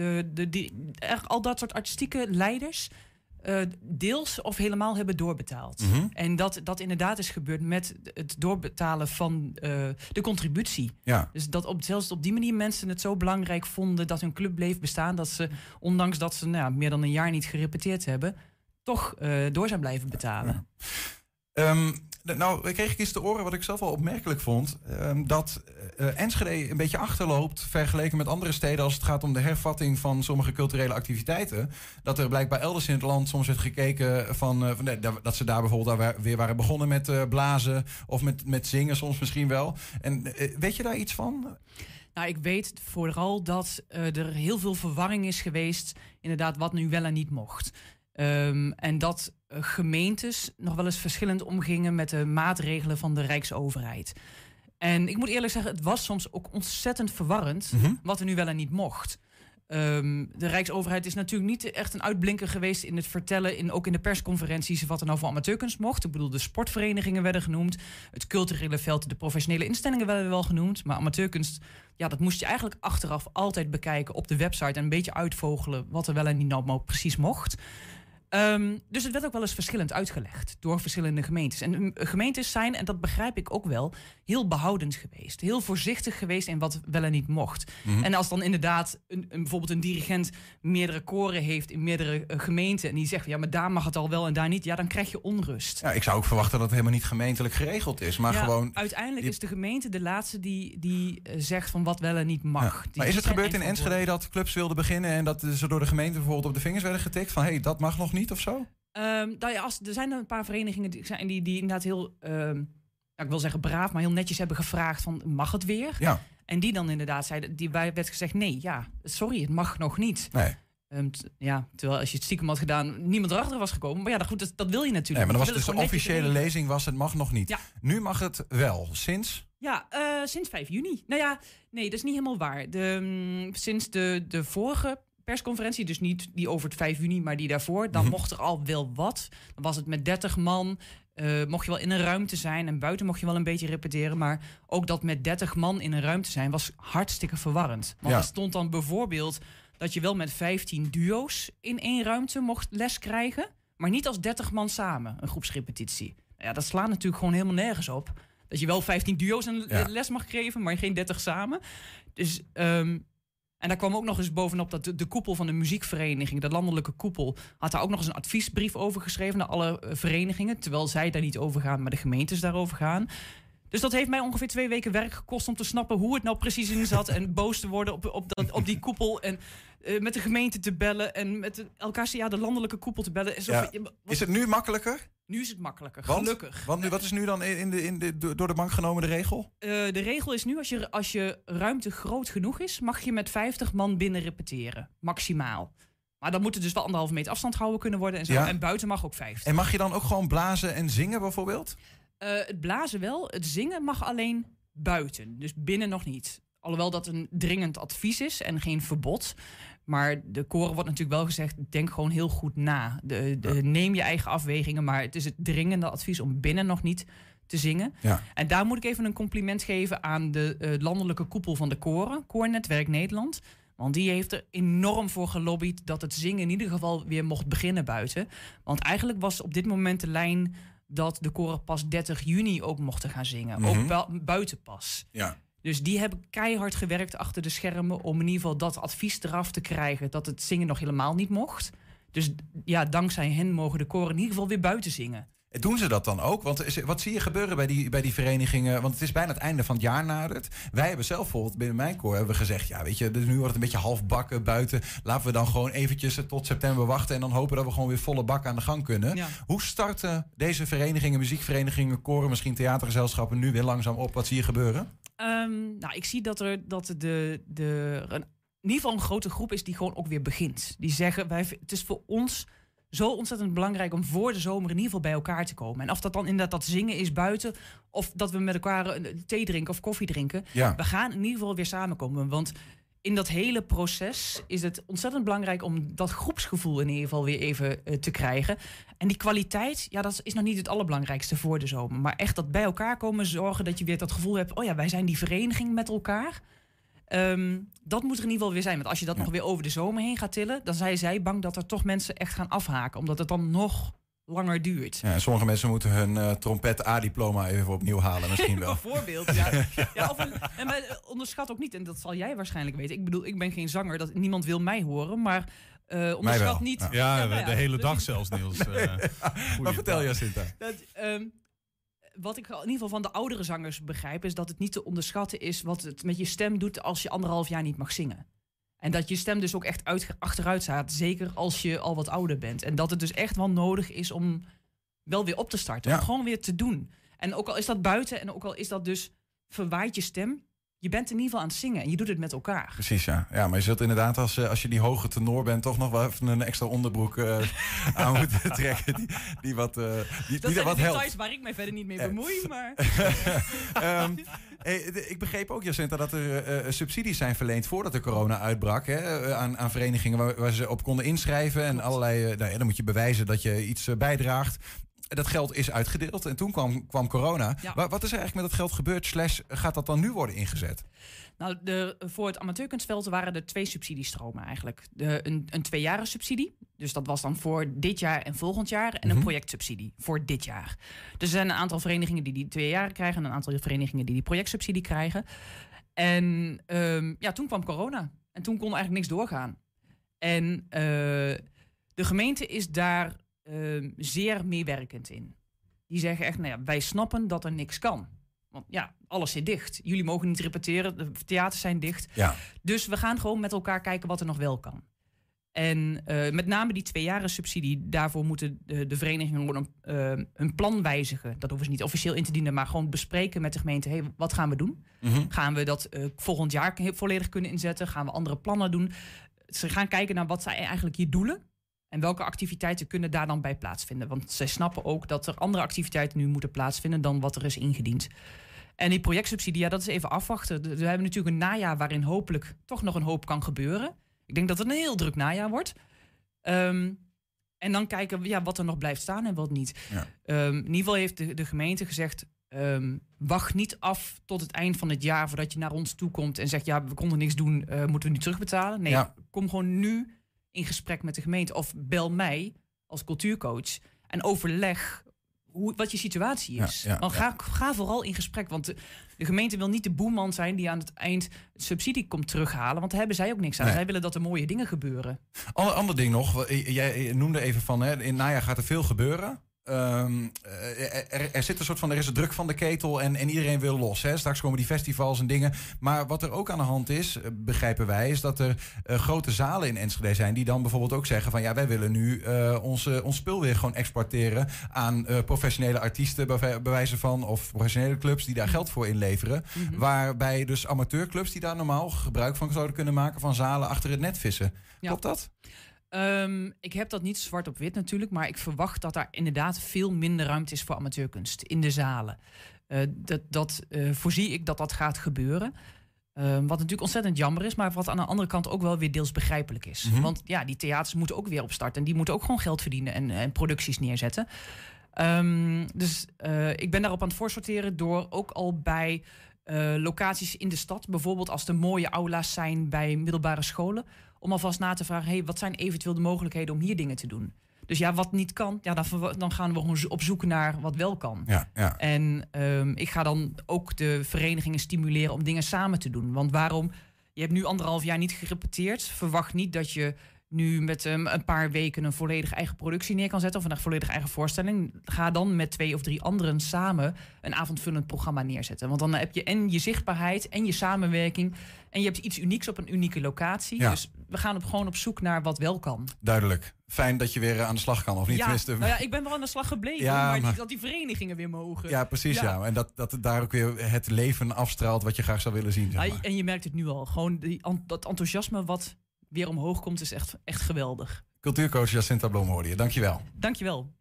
al dat soort artistieke leiders deels of helemaal hebben doorbetaald. Mm-hmm. En dat inderdaad is gebeurd met het doorbetalen van de contributie. Ja. Dus zelfs op die manier mensen het zo belangrijk vonden dat hun club bleef bestaan, dat ze, ondanks dat ze meer dan een jaar niet gerepeteerd hebben, toch door zijn blijven betalen. Ja. Nou, kreeg ik eens te oren wat ik zelf wel opmerkelijk vond. Dat Enschede een beetje achterloopt vergeleken met andere steden als het gaat om de hervatting van sommige culturele activiteiten. Dat er blijkbaar elders in het land soms werd gekeken dat ze daar bijvoorbeeld weer waren begonnen met blazen of met zingen soms misschien wel. En weet je daar iets van? Nou, ik weet vooral dat er heel veel verwarring is geweest, inderdaad, wat nu wel en niet mocht. En dat gemeentes nog wel eens verschillend omgingen met de maatregelen van de Rijksoverheid. En ik moet eerlijk zeggen, het was soms ook ontzettend verwarrend wat er nu wel en niet mocht. De Rijksoverheid is natuurlijk niet echt een uitblinker geweest in het vertellen, ook in de persconferenties, wat er nou voor amateurkunst mocht. Ik bedoel, de sportverenigingen werden genoemd, het culturele veld, de professionele instellingen werden wel genoemd. Maar amateurkunst, ja, dat moest je eigenlijk achteraf altijd bekijken op de website en een beetje uitvogelen wat er wel en niet nou precies mocht. Dus het werd ook wel eens verschillend uitgelegd door verschillende gemeentes. En gemeentes zijn, en dat begrijp ik ook wel, heel behoudend geweest. Heel voorzichtig geweest in wat wel en niet mocht. En als dan inderdaad bijvoorbeeld een dirigent meerdere koren heeft in meerdere gemeenten en die zegt, ja, maar daar mag het al wel en daar niet, ja, dan krijg je onrust. Ja, ik zou ook verwachten dat het helemaal niet gemeentelijk geregeld is. Maar gewoon, uiteindelijk is de gemeente de laatste die zegt van wat wel en niet mag. Maar is het gebeurd in Enschede dat clubs wilden beginnen en dat ze door de gemeente bijvoorbeeld op de vingers werden getikt van dat mag nog niet of zo? Er zijn een paar verenigingen die inderdaad heel, ik wil zeggen braaf, maar heel netjes hebben gevraagd van mag het weer? Ja. En die dan inderdaad zeiden, werd gezegd nee, ja, sorry, het mag nog niet. Nee. Terwijl als je het stiekem had gedaan, niemand erachter was gekomen. Maar ja, goed, dat wil je natuurlijk. Nee, maar dan was dus de officiële lezing was het mag nog niet. Ja. Nu mag het wel, sinds? Ja, sinds 5 juni. Nou ja, nee, dat is niet helemaal waar. Sinds de vorige persconferentie, dus niet die over het 5 juni, maar die daarvoor, dan mocht er al wel wat. Dan was het met 30 man, mocht je wel in een ruimte zijn en buiten mocht je wel een beetje repeteren, maar ook dat met 30 man in een ruimte zijn was hartstikke verwarrend. Want er stond dan bijvoorbeeld dat je wel met 15 duo's in 1 ruimte mocht les krijgen, maar niet als 30 man samen, een groepsrepetitie. Nou ja, dat slaat natuurlijk gewoon helemaal nergens op. Dat je wel 15 duo's een les mag geven, maar geen 30 samen. Dus en daar kwam ook nog eens bovenop dat de koepel van de muziekvereniging, de landelijke koepel, had daar ook nog eens een adviesbrief over geschreven naar alle verenigingen. Terwijl zij daar niet over gaan, maar de gemeentes daarover gaan. Dus dat heeft mij ongeveer 2 weken werk gekost om te snappen hoe het nou precies in zat. En boos te worden op die koepel. En met de gemeente te bellen. En met de landelijke koepel te bellen. Is het nu makkelijker? Nu is het makkelijker, gelukkig. Want wat is nu dan door de bank genomen de regel? De regel is nu, als je ruimte groot genoeg is, mag je met 50 man binnen repeteren. Maximaal. Maar dan moet er dus wel 1,5 meter afstand gehouden kunnen worden. En, zo. En buiten mag ook 50. En mag je dan ook gewoon blazen en zingen bijvoorbeeld? Het blazen wel. Het zingen mag alleen buiten. Dus binnen nog niet. Alhoewel dat een dringend advies is en geen verbod. Maar de koren wordt natuurlijk wel gezegd, denk gewoon heel goed na. Neem je eigen afwegingen, maar het is het dringende advies om binnen nog niet te zingen. Ja. En daar moet ik even een compliment geven aan de landelijke koepel van de koren, Koornetwerk Nederland. Want die heeft er enorm voor gelobbyd dat het zingen in ieder geval weer mocht beginnen buiten. Want eigenlijk was op dit moment de lijn dat de koren pas 30 juni ook mochten gaan zingen. Ook buiten pas. Ja. Dus die hebben keihard gewerkt achter de schermen om in ieder geval dat advies eraf te krijgen dat het zingen nog helemaal niet mocht. Dus ja, dankzij hen mogen de koren in ieder geval weer buiten zingen. Doen ze dat dan ook? Want wat zie je gebeuren bij die verenigingen? Want het is bijna het einde van het jaar nadert. Wij hebben zelf bijvoorbeeld binnen mijn koor hebben we gezegd, ja, weet je, dus nu wordt het een beetje halfbakken buiten. Laten we dan gewoon eventjes tot september wachten en dan hopen dat we gewoon weer volle bak aan de gang kunnen. Ja. Hoe starten deze verenigingen, muziekverenigingen, koren, misschien theatergezelschappen nu weer langzaam op? Wat zie je gebeuren? Ik zie dat er in ieder geval een grote groep is die gewoon ook weer begint. Die zeggen, het is voor ons zo ontzettend belangrijk om voor de zomer in ieder geval bij elkaar te komen. En of dat dan inderdaad dat zingen is buiten, of dat we met elkaar een thee drinken of koffie drinken. Ja. We gaan in ieder geval weer samenkomen. Want in dat hele proces is het ontzettend belangrijk om dat groepsgevoel in ieder geval weer even te krijgen. En die kwaliteit, ja, dat is nog niet het allerbelangrijkste voor de zomer. Maar echt dat bij elkaar komen, zorgen dat je weer dat gevoel hebt, oh ja, wij zijn die vereniging met elkaar. Dat moet er in ieder geval weer zijn. Want als je dat nog weer over de zomer heen gaat tillen, dan zijn zij bang dat er toch mensen echt gaan afhaken. Omdat het dan nog langer duurt. Ja, en sommige mensen moeten hun trompet A-diploma even opnieuw halen misschien wel. Bijvoorbeeld, ja. Maar onderschat ook niet, en dat zal jij waarschijnlijk weten. Ik bedoel, ik ben geen zanger, dat niemand wil mij horen, maar onderschat niet. Ja, de hele dag zelfs, Niels. Maar vertel, Jacinta. Wat ik in ieder geval van de oudere zangers begrijp, is dat het niet te onderschatten is wat het met je stem doet als je 1,5 jaar niet mag zingen. En dat je stem dus ook echt achteruit gaat, zeker als je al wat ouder bent. En dat het dus echt wel nodig is om wel weer op te starten, om gewoon weer te doen. En ook al is dat buiten en ook al is dat dus verwaait je stem, je bent in ieder geval aan het zingen en je doet het met elkaar. Precies, ja. Ja, maar je zult inderdaad als je die hoge tenor bent... toch nog wel even een extra onderbroek aan moeten trekken. Die wat dat die zijn er wat de helpt. details waar ik mij verder niet mee bemoei, maar... Ik begreep ook, Jacinta, dat er subsidies zijn verleend voordat de corona uitbrak. Hè, aan verenigingen waar ze op konden inschrijven. En allerlei, dan moet je bewijzen dat je iets bijdraagt. Dat geld is uitgedeeld en toen kwam corona. Ja. Wat is er eigenlijk met dat geld gebeurd? Gaat dat dan nu worden ingezet? Nou, voor het amateurkunstveld waren er 2 subsidiestromen eigenlijk. Een 2-jaren subsidie, dus dat was dan voor dit jaar en volgend jaar. En een projectsubsidie voor dit jaar. Dus er zijn een aantal verenigingen die 2 jaar krijgen... en een aantal verenigingen die projectsubsidie krijgen. En toen kwam corona. En toen kon eigenlijk niks doorgaan. En de gemeente is daar zeer meewerkend in. Die zeggen echt, wij snappen dat er niks kan. Want ja, alles zit dicht. Jullie mogen niet repeteren, de theaters zijn dicht. Ja. Dus we gaan gewoon met elkaar kijken wat er nog wel kan. En met name die 2-jaren subsidie, daarvoor moeten de verenigingen gewoon een plan wijzigen. Dat hoeven ze niet officieel in te dienen, maar gewoon bespreken met de gemeente. Hey, wat gaan we doen? Gaan we dat volgend jaar volledig kunnen inzetten? Gaan we andere plannen doen? Ze gaan kijken naar wat zijn eigenlijk je doelen. En welke activiteiten kunnen daar dan bij plaatsvinden? Want zij snappen ook dat er andere activiteiten nu moeten plaatsvinden dan wat er is ingediend. En die projectsubsidie, dat is even afwachten. We hebben natuurlijk een najaar waarin hopelijk toch nog een hoop kan gebeuren. Ik denk dat het een heel druk najaar wordt. En dan kijken wat er nog blijft staan en wat niet. Ja. In ieder geval heeft de gemeente gezegd... wacht niet af tot het eind van het jaar voordat je naar ons toe komt en zegt... we konden niks doen, moeten we nu terugbetalen? Nee, kom gewoon nu in gesprek met de gemeente. Of bel mij als cultuurcoach en overleg wat je situatie is. Want ga vooral in gesprek. Want de gemeente wil niet de boeman zijn die aan het eind subsidie komt terughalen. Want daar hebben zij ook niks aan. Nee. Zij willen dat er mooie dingen gebeuren. Ander ding nog. Jij noemde even van, in het najaar gaat er veel gebeuren. Er zit een soort van, er is een druk van de ketel en iedereen wil los. Hè? Straks komen die festivals en dingen. Maar wat er ook aan de hand is, begrijpen wij, is dat er grote zalen in Enschede zijn die dan bijvoorbeeld ook zeggen van wij willen nu ons spul weer gewoon exporteren aan professionele artiesten bij wijze van, of professionele clubs die daar geld voor inleveren. Waarbij dus amateurclubs die daar normaal gebruik van zouden kunnen maken van zalen achter het net vissen. Klopt dat? Ik heb dat niet zwart op wit natuurlijk, maar ik verwacht dat daar inderdaad veel minder ruimte is voor amateurkunst in de zalen. Voorzie ik dat gaat gebeuren. Wat natuurlijk ontzettend jammer is, maar wat aan de andere kant ook wel weer deels begrijpelijk is. Want die theaters moeten ook weer opstarten en die moeten ook gewoon geld verdienen en producties neerzetten. Dus ik ben daarop aan het voorsorteren door ook al bij locaties in de stad, bijvoorbeeld als er mooie aula's zijn bij middelbare scholen, om alvast na te vragen, wat zijn eventueel de mogelijkheden om hier dingen te doen? Dus wat niet kan, dan gaan we gewoon op zoek naar wat wel kan. Ja. En ik ga dan ook de verenigingen stimuleren om dingen samen te doen. Want je hebt nu 1,5 jaar niet gerepeteerd. Verwacht niet dat je nu met een paar weken een volledig eigen productie neer kan zetten of een volledig eigen voorstelling. Ga dan met 2 of 3 anderen samen een avondvullend programma neerzetten. Want dan heb je en je zichtbaarheid en je samenwerking en je hebt iets unieks op een unieke locatie. Ja. Dus we gaan gewoon op zoek naar wat wel kan. Duidelijk. Fijn dat je weer aan de slag kan, of niet? Ja, ik ben wel aan de slag gebleven, maar dat die verenigingen weer mogen. Ja, precies, ja. En dat het daar ook weer het leven afstraalt wat je graag zou willen zien. Zeg maar. En je merkt het nu al. Gewoon dat enthousiasme wat weer omhoog komt, is echt geweldig. Cultuurcoach Jacinta Blom hoorde je. Dankjewel. Dankjewel.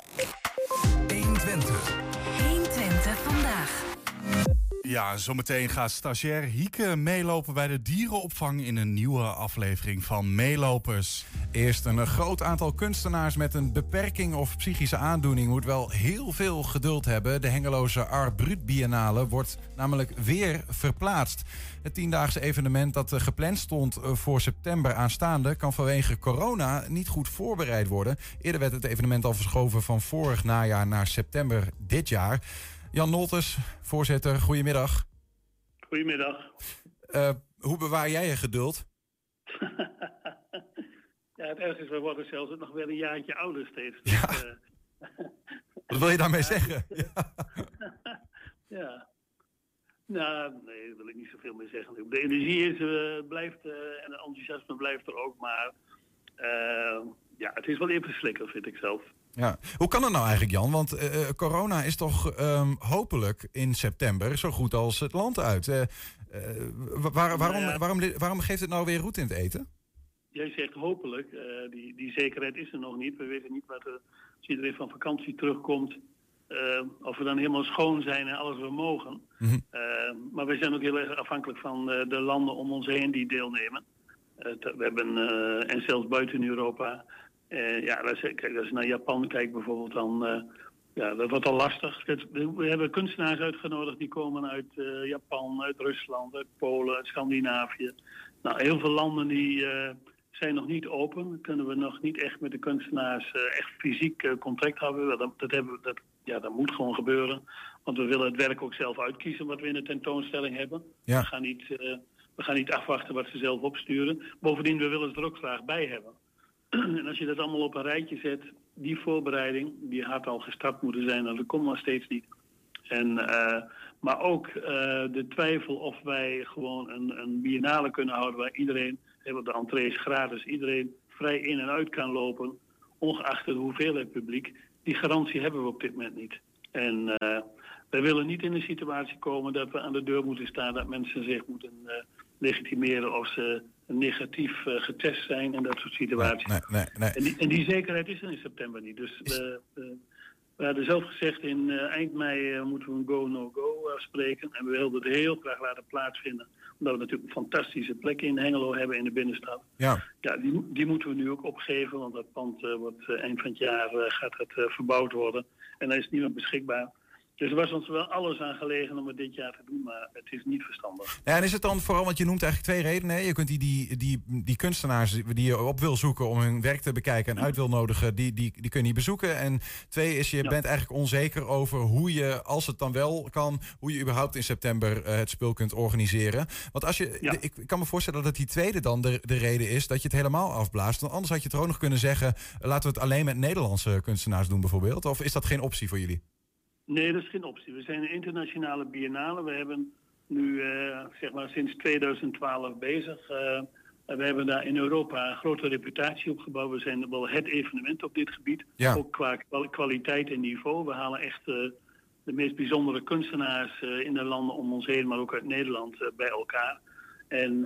120. 120 vandaag. Ja, zometeen gaat stagiair Hieke meelopen bij de dierenopvang in een nieuwe aflevering van Meelopers. Eerst een groot aantal kunstenaars met een beperking of psychische aandoening moet wel heel veel geduld hebben. De Hengeloze Art Brut Biennale wordt namelijk weer verplaatst. Het 10-daagse evenement dat gepland stond voor september aanstaande kan vanwege corona niet goed voorbereid worden. Eerder werd het evenement al verschoven van vorig najaar naar september dit jaar. Jan Noltes, voorzitter, goedemiddag. Goedemiddag. Hoe bewaar jij je geduld? Ja, het ergste is, we worden zelfs nog wel een jaartje ouder steeds. Ja. Wat wil je daarmee zeggen? Ja. Nou, nee, daar wil ik niet zoveel mee zeggen. De energie blijft en het enthousiasme blijft er ook, maar het is wel even verslikker, vind ik zelf. Ja. Hoe kan dat nou eigenlijk, Jan? Want corona is toch hopelijk in september zo goed als het land uit. Waarom geeft het nou weer roet in het eten? Jij zegt hopelijk, die zekerheid is er nog niet. We weten niet wat er, als iedereen van vakantie terugkomt, of we dan helemaal schoon zijn en alles we mogen. Maar we zijn ook heel erg afhankelijk van de landen om ons heen die deelnemen. We hebben, en zelfs buiten Europa. Als je naar Japan kijkt bijvoorbeeld, dan dat wordt al lastig. We hebben kunstenaars uitgenodigd die komen uit Japan, uit Rusland, uit Polen, uit Scandinavië. Nou, heel veel landen die zijn nog niet open. Kunnen we nog niet echt met de kunstenaars echt fysiek contact hebben. Dat moet gewoon gebeuren. Want we willen het werk ook zelf uitkiezen wat we in de tentoonstelling hebben. Ja. We gaan niet afwachten wat ze zelf opsturen. Bovendien, we willen het er ook graag bij hebben. En als je dat allemaal op een rijtje zet, die voorbereiding, die had al gestart moeten zijn. En dat komt nog steeds niet. Maar ook de twijfel of wij gewoon een biennale kunnen houden waar iedereen, de entree is gratis, iedereen vrij in en uit kan lopen, ongeacht de hoeveelheid publiek. Die garantie hebben we op dit moment niet. En wij willen niet in een situatie komen dat we aan de deur moeten staan, dat mensen zich moeten legitimeren of ze negatief getest zijn en dat soort situaties. Nee. En die zekerheid is er in september niet. Dus we hadden zelf gezegd in eind mei moeten we een go-no-go afspreken. En we wilden het heel graag laten plaatsvinden. Omdat we natuurlijk een fantastische plek in Hengelo hebben in de binnenstad. Ja, die moeten we nu ook opgeven. Want dat pand wordt eind van het jaar gaat het verbouwd worden. En dan is het niet meer beschikbaar. Dus er was ons wel alles aan gelegen om het dit jaar te doen, maar het is niet verstandig. Ja, en is het dan vooral, want je noemt eigenlijk 2 redenen. Hè? Je kunt die kunstenaars die je op wil zoeken om hun werk te bekijken en uit wil nodigen, die kun je niet bezoeken. En 2 is, je bent eigenlijk onzeker over hoe je, als het dan wel kan, hoe je überhaupt in september het spul kunt organiseren. Want als je, ik kan me voorstellen dat die tweede dan de reden is dat je het helemaal afblaast. Want anders had je het er ook nog kunnen zeggen, laten we het alleen met Nederlandse kunstenaars doen bijvoorbeeld. Of is dat geen optie voor jullie? Nee, dat is geen optie. We zijn een internationale biennale. We hebben nu sinds 2012 bezig. We hebben daar in Europa een grote reputatie opgebouwd. We zijn wel het evenement op dit gebied. Ja. Ook qua kwaliteit en niveau. We halen echt de meest bijzondere kunstenaars in de landen om ons heen, maar ook uit Nederland bij elkaar. En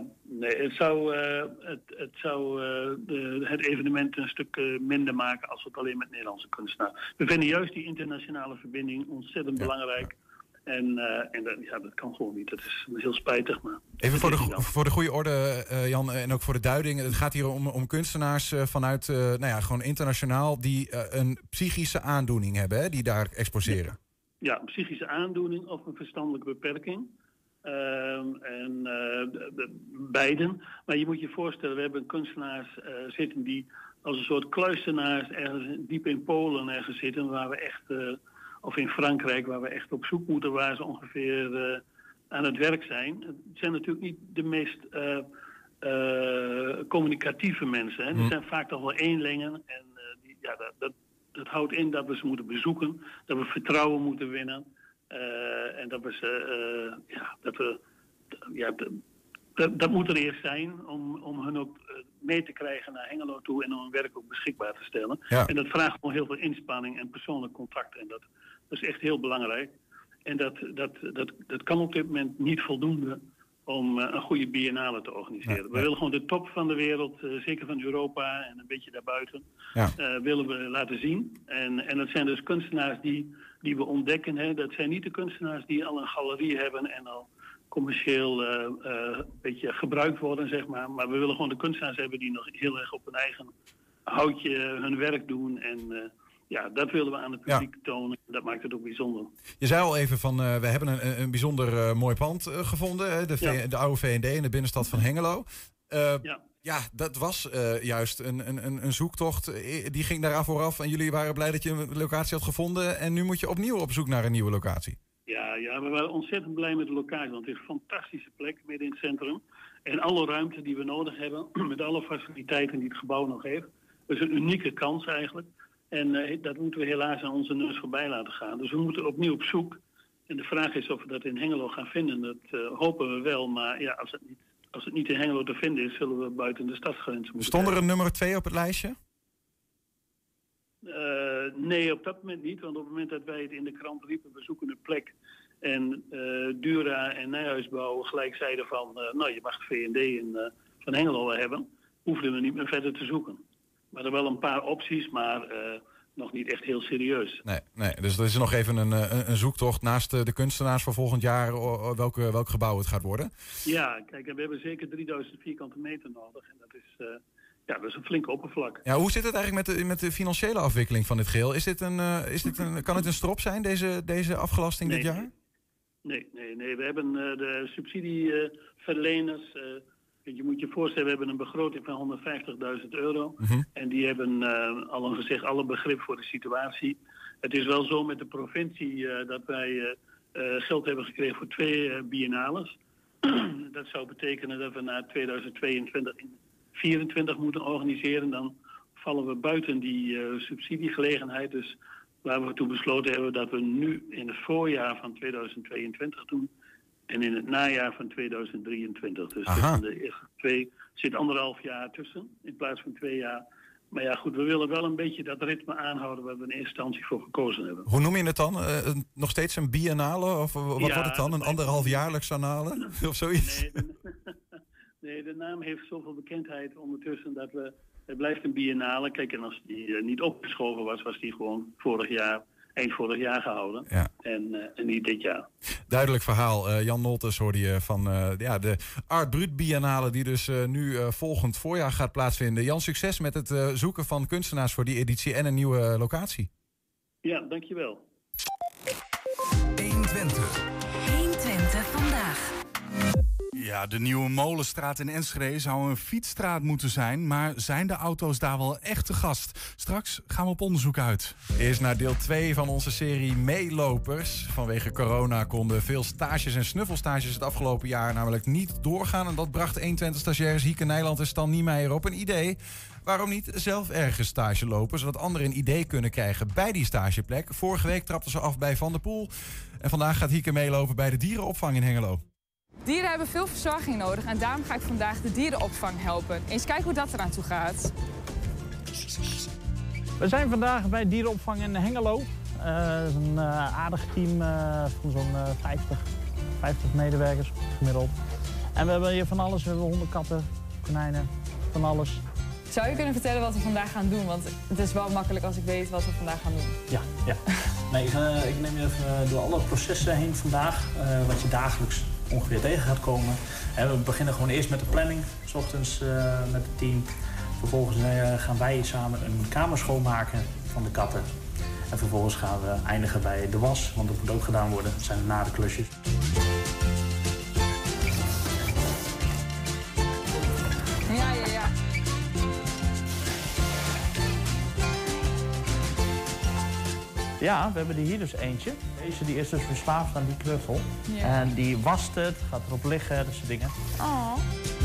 het zou het evenement een stuk minder maken als we het alleen met Nederlandse kunstenaars. We vinden juist die internationale verbinding ontzettend belangrijk. En dat kan gewoon niet. Dat is heel spijtig. Maar even voor de goede orde, Jan, en ook voor de duiding. Het gaat hier om kunstenaars vanuit, gewoon internationaal, die een psychische aandoening hebben, hè, die daar exposeren. Ja, een psychische aandoening of een verstandelijke beperking. Beiden. Maar je moet je voorstellen, we hebben kunstenaars zitten die als een soort kluizenaars ergens diep in Polen ergens zitten, waar we echt, of in Frankrijk, waar we echt op zoek moeten waar ze ongeveer aan het werk zijn. Het zijn natuurlijk niet de meest communicatieve mensen. Hè. Er zijn vaak toch wel eenlingen en dat houdt in dat we ze moeten bezoeken, dat we vertrouwen moeten winnen. En dat dat moet er eerst zijn om hen ook mee te krijgen naar Hengelo toe en om hun werk ook beschikbaar te stellen. Ja. En dat vraagt gewoon heel veel inspanning en persoonlijk contact. En dat is echt heel belangrijk. En dat kan op dit moment niet voldoende om een goede biennale te organiseren. We willen gewoon de top van de wereld, zeker van Europa en een beetje daarbuiten, willen we laten zien. En dat zijn dus kunstenaars die we ontdekken. Hè. Dat zijn niet de kunstenaars die al een galerie hebben en al commercieel een beetje gebruikt worden, zeg maar. Maar we willen gewoon de kunstenaars hebben die nog heel erg op hun eigen houtje hun werk doen. En dat willen we aan het publiek tonen. Dat maakt het ook bijzonder. Je zei al even van, we hebben een bijzonder mooi pand gevonden. De oude V&D in de binnenstad van Hengelo. Ja, dat was juist een zoektocht. Die ging daaraan vooraf en jullie waren blij dat je een locatie had gevonden. En nu moet je opnieuw op zoek naar een nieuwe locatie. Ja, we waren ontzettend blij met de locatie. Want het is een fantastische plek midden in het centrum. En alle ruimte die we nodig hebben, met alle faciliteiten die het gebouw nog heeft. Dat is een unieke kans eigenlijk. En dat moeten we helaas aan onze neus voorbij laten gaan. Dus we moeten opnieuw op zoek. En de vraag is of we dat in Hengelo gaan vinden. Dat hopen we wel. Maar ja, als het niet in Hengelo te vinden is, zullen we buiten de stadsgrenzen moeten. Stond er een nummer 2 op het lijstje? Nee, op dat moment niet. Want op het moment dat wij het in de krant riepen, we zoeken een plek. En Dura en Nijhuisbouw gelijk zeiden van, je mag de V&D van Hengelo wel hebben. Hoefden we niet meer verder te zoeken. Maar er wel een paar opties, maar nog niet echt heel serieus. Nee, dus er is nog even een zoektocht naast de kunstenaars voor volgend jaar welk gebouw het gaat worden. Ja, kijk, we hebben zeker 3000 vierkante meter nodig. En dat is een flinke oppervlak. Ja, hoe zit het eigenlijk met de financiële afwikkeling van dit geheel? Kan het een strop zijn, deze afgelasting dit jaar? Nee. We hebben de subsidieverleners. Je moet je voorstellen, we hebben een begroting van €150.000. En die hebben al een gezegd alle begrip voor de situatie. Het is wel zo met de provincie dat wij geld hebben gekregen voor 2 biennales. Dat zou betekenen dat we na 2022 en 2024 moeten organiseren. Dan vallen we buiten die subsidiegelegenheid. Dus waar we toen besloten hebben dat we nu in het voorjaar van 2022 doen. En in het najaar van 2023. Dus tussen de eerste 2 zit 1,5 jaar tussen. In plaats van 2 jaar. Maar ja, goed, we willen wel een beetje dat ritme aanhouden waar we in eerste instantie voor gekozen hebben. Hoe noem je het dan? Nog steeds een biennale? Of wat wordt het dan? Een 1,5-jaarlijks annale? Of zoiets? Nee, de naam heeft zoveel bekendheid ondertussen dat het blijft een biennale. Kijk, en als die niet opgeschoven was die gewoon eind vorig jaar gehouden. Ja. En niet dit jaar. Duidelijk verhaal. Jan Noltes hoorde je van de Art Brut Biennale die dus nu volgend voorjaar gaat plaatsvinden. Jan, succes met het zoeken van kunstenaars voor die editie en een nieuwe locatie. Ja, dankjewel. 120. 120 vandaag. Ja, de Nieuwe Molenstraat in Enschede zou een fietsstraat moeten zijn, maar zijn de auto's daar wel echt te gast? Straks gaan we op onderzoek uit. Eerst naar deel 2 van onze serie Meelopers. Vanwege corona konden veel stages en snuffelstages het afgelopen jaar namelijk niet doorgaan. En dat bracht 120-stagiaires Hieke Nijland en Stan Niemeyer op een idee. Waarom niet zelf ergens stage lopen, zodat anderen een idee kunnen krijgen bij die stageplek. Vorige week trapten ze af bij Van der Poel. En vandaag gaat Hieke meelopen bij de dierenopvang in Hengelo. Dieren hebben veel verzorging nodig en daarom ga ik vandaag de dierenopvang helpen. Eens kijken hoe dat eraan toe gaat. We zijn vandaag bij dierenopvang in Hengelo. Een aardig team van zo'n 50 medewerkers gemiddeld. En we hebben hier van alles. We hebben honden, katten, konijnen, van alles. Zou je kunnen vertellen wat we vandaag gaan doen? Want het is wel makkelijk als ik weet wat we vandaag gaan doen. Ja. Nee, ik neem je even door alle processen heen vandaag. Wat je dagelijks ongeveer tegen gaat komen. En we beginnen gewoon eerst met de planning. 's Ochtends met het team. Vervolgens gaan wij samen een kamer schoonmaken van de katten. En vervolgens gaan we eindigen bij de was. Want dat moet ook gedaan worden. Dat zijn na de klusjes. Ja. Ja, we hebben er hier dus eentje. Deze die is dus verslaafd aan die knuffel. Ja. En die wast het, gaat erop liggen, dat soort dingen. Oh.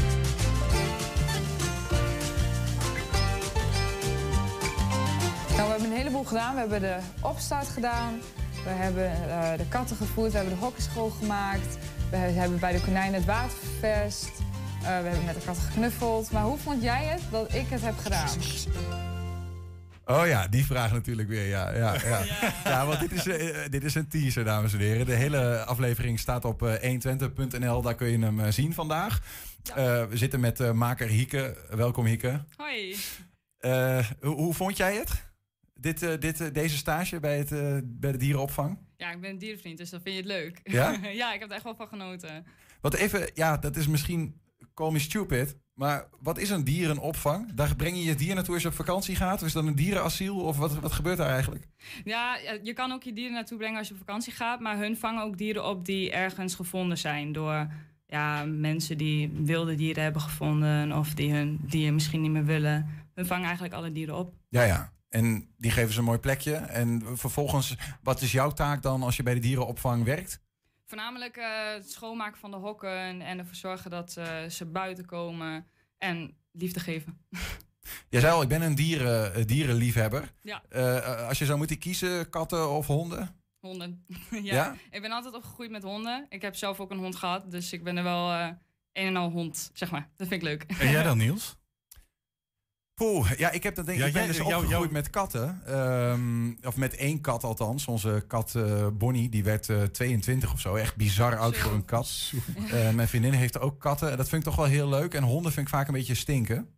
Nou, we hebben een heleboel gedaan. We hebben de opstart gedaan. We hebben de katten gevoerd. We hebben de hokken schoongemaakt. We hebben bij de konijnen het water ververst. We hebben met de katten geknuffeld. Maar hoe vond jij het dat ik het heb gedaan? Oh ja, die vraag natuurlijk weer. Ja, want dit is een teaser, dames en heren. De hele aflevering staat op 120.nl. Daar kun je hem zien vandaag. Ja. We zitten met maker Hieke. Welkom, Hieke. Hoi. Hoe vond jij het? Deze stage bij de dierenopvang? Ja, ik ben een dierenvriend, dus dan vind je het leuk. Ja? Ja, ik heb er echt wel van genoten. Want even, dat is misschien call me stupid, maar wat is een dierenopvang? Daar breng je je dier naartoe als je op vakantie gaat? Of is dat een dierenasiel? Of wat gebeurt daar eigenlijk? Ja, je kan ook je dieren naartoe brengen als je op vakantie gaat, maar hun vangen ook dieren op die ergens gevonden zijn door mensen die wilde dieren hebben gevonden of die hun dier misschien niet meer willen. Hun vangen eigenlijk alle dieren op. Ja. En die geven ze een mooi plekje. En vervolgens, wat is jouw taak dan als je bij de dierenopvang werkt? Voornamelijk het schoonmaken van de hokken en ervoor zorgen dat ze buiten komen en liefde geven. Jij zei al, ik ben een dierenliefhebber. Ja. Als je zou moeten kiezen, katten of honden? Honden. Ja? Ik ben altijd opgegroeid met honden. Ik heb zelf ook een hond gehad, dus ik ben er wel een en al hond, zeg maar. Dat vind ik leuk. En jij dan, Niels? Poeh, ja, ik heb dat denk ik. Ik ben dus opgegroeid met katten. Of met 1 kat althans. Onze kat Bonnie, die werd 22 of zo. Echt bizar oud voor een kat. Mijn vriendin heeft ook katten. Dat vind ik toch wel heel leuk. En honden vind ik vaak een beetje stinken.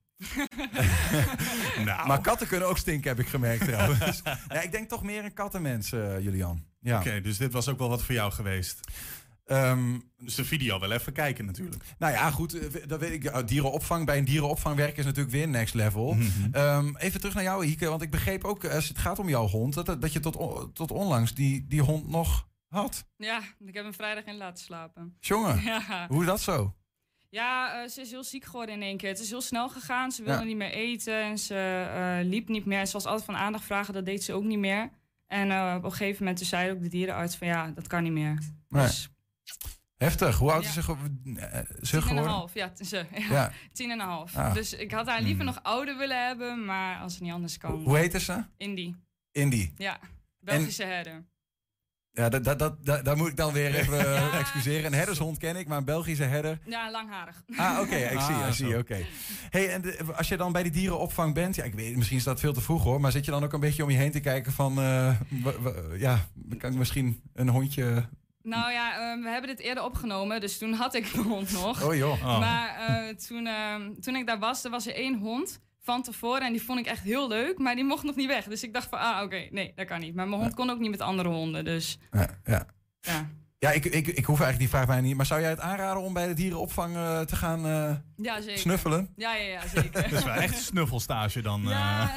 Nou. Maar katten kunnen ook stinken, heb ik gemerkt trouwens. Ja, ik denk toch meer een kattenmens, Julian. Ja. Oké, dus dit was ook wel wat voor jou geweest. Dus de video wel even kijken natuurlijk. Nou ja, goed, dat weet ik. Dierenopvang. Bij een dierenopvang werken is natuurlijk weer next level. Even terug naar jou, Hieke. Want ik begreep ook, als het gaat om jouw hond... dat je tot onlangs die hond nog had. Ja, ik heb hem vrijdag in laten slapen. Jongen, ja. Hoe is dat zo? Ja, ze is heel ziek geworden in 1 keer. Het is heel snel gegaan. Ze wilde niet meer eten en ze liep niet meer. Ze was altijd van aandacht vragen, dat deed ze ook niet meer. En op een gegeven moment zei ook de dierenarts van ja, dat kan niet meer. Nee. Dus, heftig. Hoe oud is ze geworden? 10,5. Ja, 10,5. Ah. Dus ik had haar liever nog ouder willen hebben, maar als het niet anders kan. Hoe heette ze? Indy. Ja, Belgische herder. Ja, daar moet ik dan weer even excuseren. Een herdershond ken ik, maar een Belgische herder... Ja, langharig. Oké, ik zie. Oké. Hey, en als je dan bij die dierenopvang bent... Ja, ik weet, misschien is dat veel te vroeg hoor... maar zit je dan ook een beetje om je heen te kijken van... kan ik misschien een hondje... Nou ja, we hebben dit eerder opgenomen, dus toen had ik mijn hond nog. Oh joh. Oh. Maar toen ik daar was, er was er 1 hond van tevoren en die vond ik echt heel leuk, maar die mocht nog niet weg. Dus ik dacht van, oké, nee, dat kan niet. Maar mijn hond kon ook niet met andere honden, dus... Ja, ik hoef eigenlijk die vraag bijna niet. Maar zou jij het aanraden om bij de dierenopvang te gaan zeker. Snuffelen? Ja, zeker. Dat is wel echt een snuffelstage dan. Ja,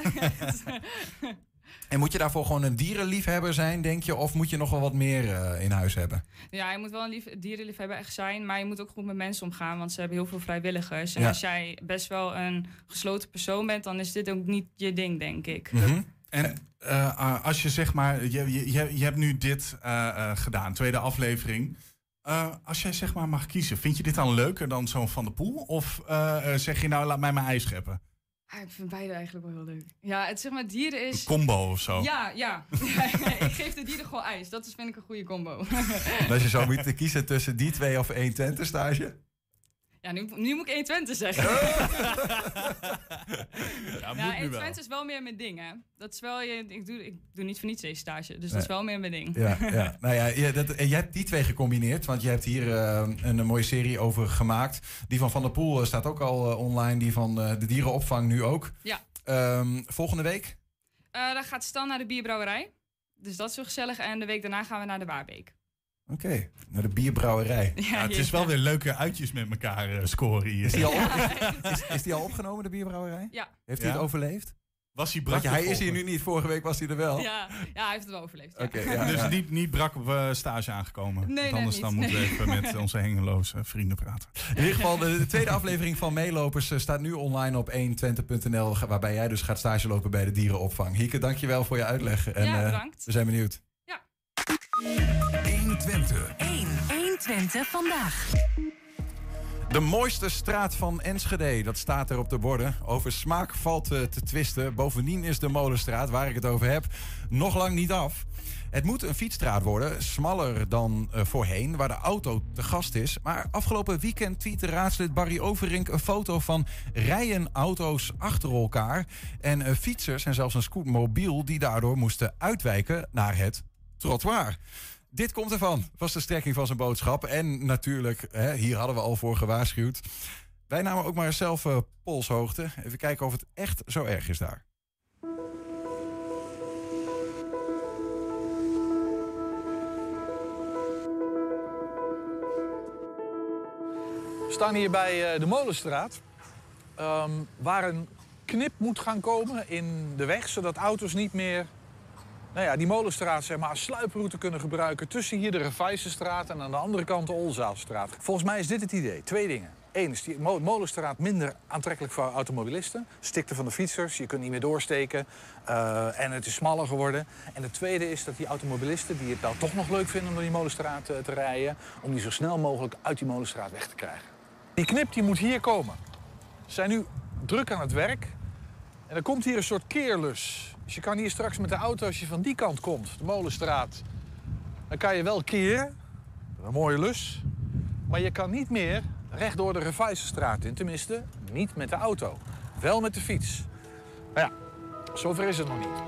En moet je daarvoor gewoon een dierenliefhebber zijn, denk je? Of moet je nog wel wat meer in huis hebben? Ja, je moet wel een dierenliefhebber echt zijn. Maar je moet ook goed met mensen omgaan. Want ze hebben heel veel vrijwilligers. En als jij best wel een gesloten persoon bent... dan is dit ook niet je ding, denk ik. En als je zeg maar... Je hebt nu dit gedaan, 2e aflevering. Als jij zeg maar mag kiezen... vind je dit dan leuker dan zo'n Van der Poel? Of zeg je nou, laat mij mijn ei scheppen? Ik vind beide eigenlijk wel heel leuk. Ja, het zeg maar, dieren is... Een combo of zo? Ja. Ik geef de dieren gewoon ijs. Dat vind ik een goede combo. En als je zou moeten kiezen tussen die 2 of 1 Twente-stage? Ja, nu moet ik 1 Twente zeggen. Ja, 1 Twente is wel meer mijn ding, hè. Dat is wel, ik doe niet voor niets deze stage. Dus dat is wel meer mijn ding. Ja. Nou ja, je hebt die 2 gecombineerd. Want je hebt hier een mooie serie over gemaakt. Die van der Poel staat ook al online. Die van de dierenopvang nu ook. Ja. Volgende week? Dan gaat Stan naar de bierbrouwerij. Dus dat is zo gezellig. En de week daarna gaan we naar de Waarbeek. Oké, naar de bierbrouwerij. Ja, het is wel weer leuke uitjes met elkaar scoren hier. Is die al opgenomen, de bierbrouwerij? Ja. Heeft hij het overleefd? Was hij brak? Hij is hier nu niet. Vorige week was hij er wel. Ja, hij heeft het wel overleefd. Ja. Okay, dus niet brak op stage aangekomen. Nee, anders dan moeten we even met onze hengeloze vrienden praten. In ieder geval, de 2e aflevering van Meelopers staat nu online op 1twente.nl. Waarbij jij dus gaat stage lopen bij de dierenopvang. Hieke, dankjewel voor je uitleg. En, bedankt. We zijn benieuwd. Ja. 1 Twente vandaag. De mooiste straat van Enschede, dat staat er op de borden. Over smaak valt te twisten. Bovendien is de Molenstraat, waar ik het over heb, nog lang niet af. Het moet een fietsstraat worden, smaller dan voorheen, waar de auto te gast is. Maar afgelopen weekend tweette raadslid Barry Overink een foto van rijen auto's achter elkaar. En fietsers en zelfs een scootmobiel die daardoor moesten uitwijken naar het trottoir. Dit komt ervan, was de strekking van zijn boodschap. En natuurlijk, hier hadden we al voor gewaarschuwd. Wij namen ook maar zelf polshoogte. Even kijken of het echt zo erg is daar. We staan hier bij de Molenstraat. Waar een knip moet gaan komen in de weg, zodat auto's niet meer die Molenstraat zeg maar, als sluiproute kunnen gebruiken tussen hier de Revijzenstraat en aan de andere kant de Olzaalstraat. Volgens mij is dit het idee. 2 dingen. Eén is die Molenstraat minder aantrekkelijk voor automobilisten. Stikte van de fietsers, je kunt niet meer doorsteken en het is smaller geworden. En het tweede is dat die automobilisten die het nou toch nog leuk vinden om door die Molenstraat te rijden, om die zo snel mogelijk uit die Molenstraat weg te krijgen. Die knip die moet hier komen. Ze zijn nu druk aan het werk en er komt hier een soort keerlus. Dus je kan hier straks met de auto, als je van die kant komt, de Molenstraat, dan kan je wel keren. Een mooie lus. Maar je kan niet meer rechtdoor de Revijzenstraat in. Tenminste, niet met de auto. Wel met de fiets. Maar ja, zover is het nog niet.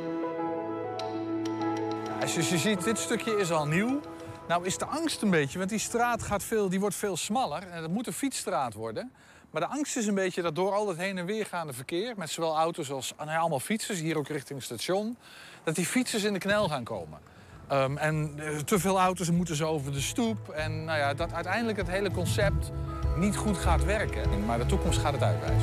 Ja, zoals je ziet, dit stukje is al nieuw. Nou is de angst een beetje, want die straat die wordt veel smaller. En dat moet een fietsstraat worden. Maar de angst is een beetje dat door al dat heen en weer gaande verkeer... met zowel auto's als allemaal fietsers, hier ook richting het station... dat die fietsers in de knel gaan komen. En te veel auto's moeten ze over de stoep. En nou ja, dat uiteindelijk het hele concept niet goed gaat werken. Maar de toekomst gaat het uitwijzen.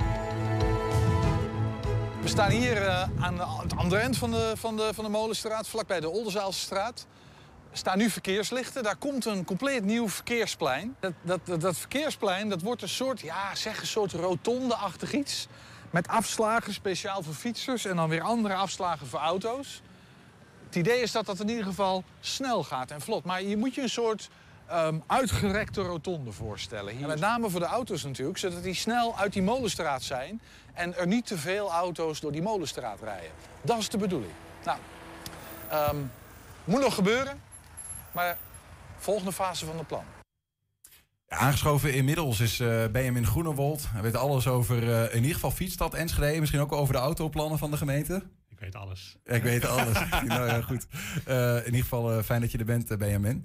We staan hier aan het andere eind van de Molenstraat, vlakbij de Oldenzaalstraat. Er staan nu verkeerslichten. Daar komt een compleet nieuw verkeersplein. Dat verkeersplein dat wordt een soort rotonde-achtig iets. Met afslagen speciaal voor fietsers en dan weer andere afslagen voor auto's. Het idee is dat dat in ieder geval snel gaat en vlot. Maar je moet je een soort uitgerekte rotonde voorstellen. Hier. Met name voor de auto's natuurlijk, zodat die snel uit die Molenstraat zijn... en er niet te veel auto's door die Molenstraat rijden. Dat is de bedoeling. Nou, moet nog gebeuren, maar volgende fase van het plan. Ja, aangeschoven inmiddels is Benjamin Groenewold. Hij weet alles over in ieder geval Fietsstad Enschede. Misschien ook over de autoplannen van de gemeente. Ik weet alles. Ik weet alles. Nou ja, goed. In ieder geval fijn dat je er bent, Benjamin.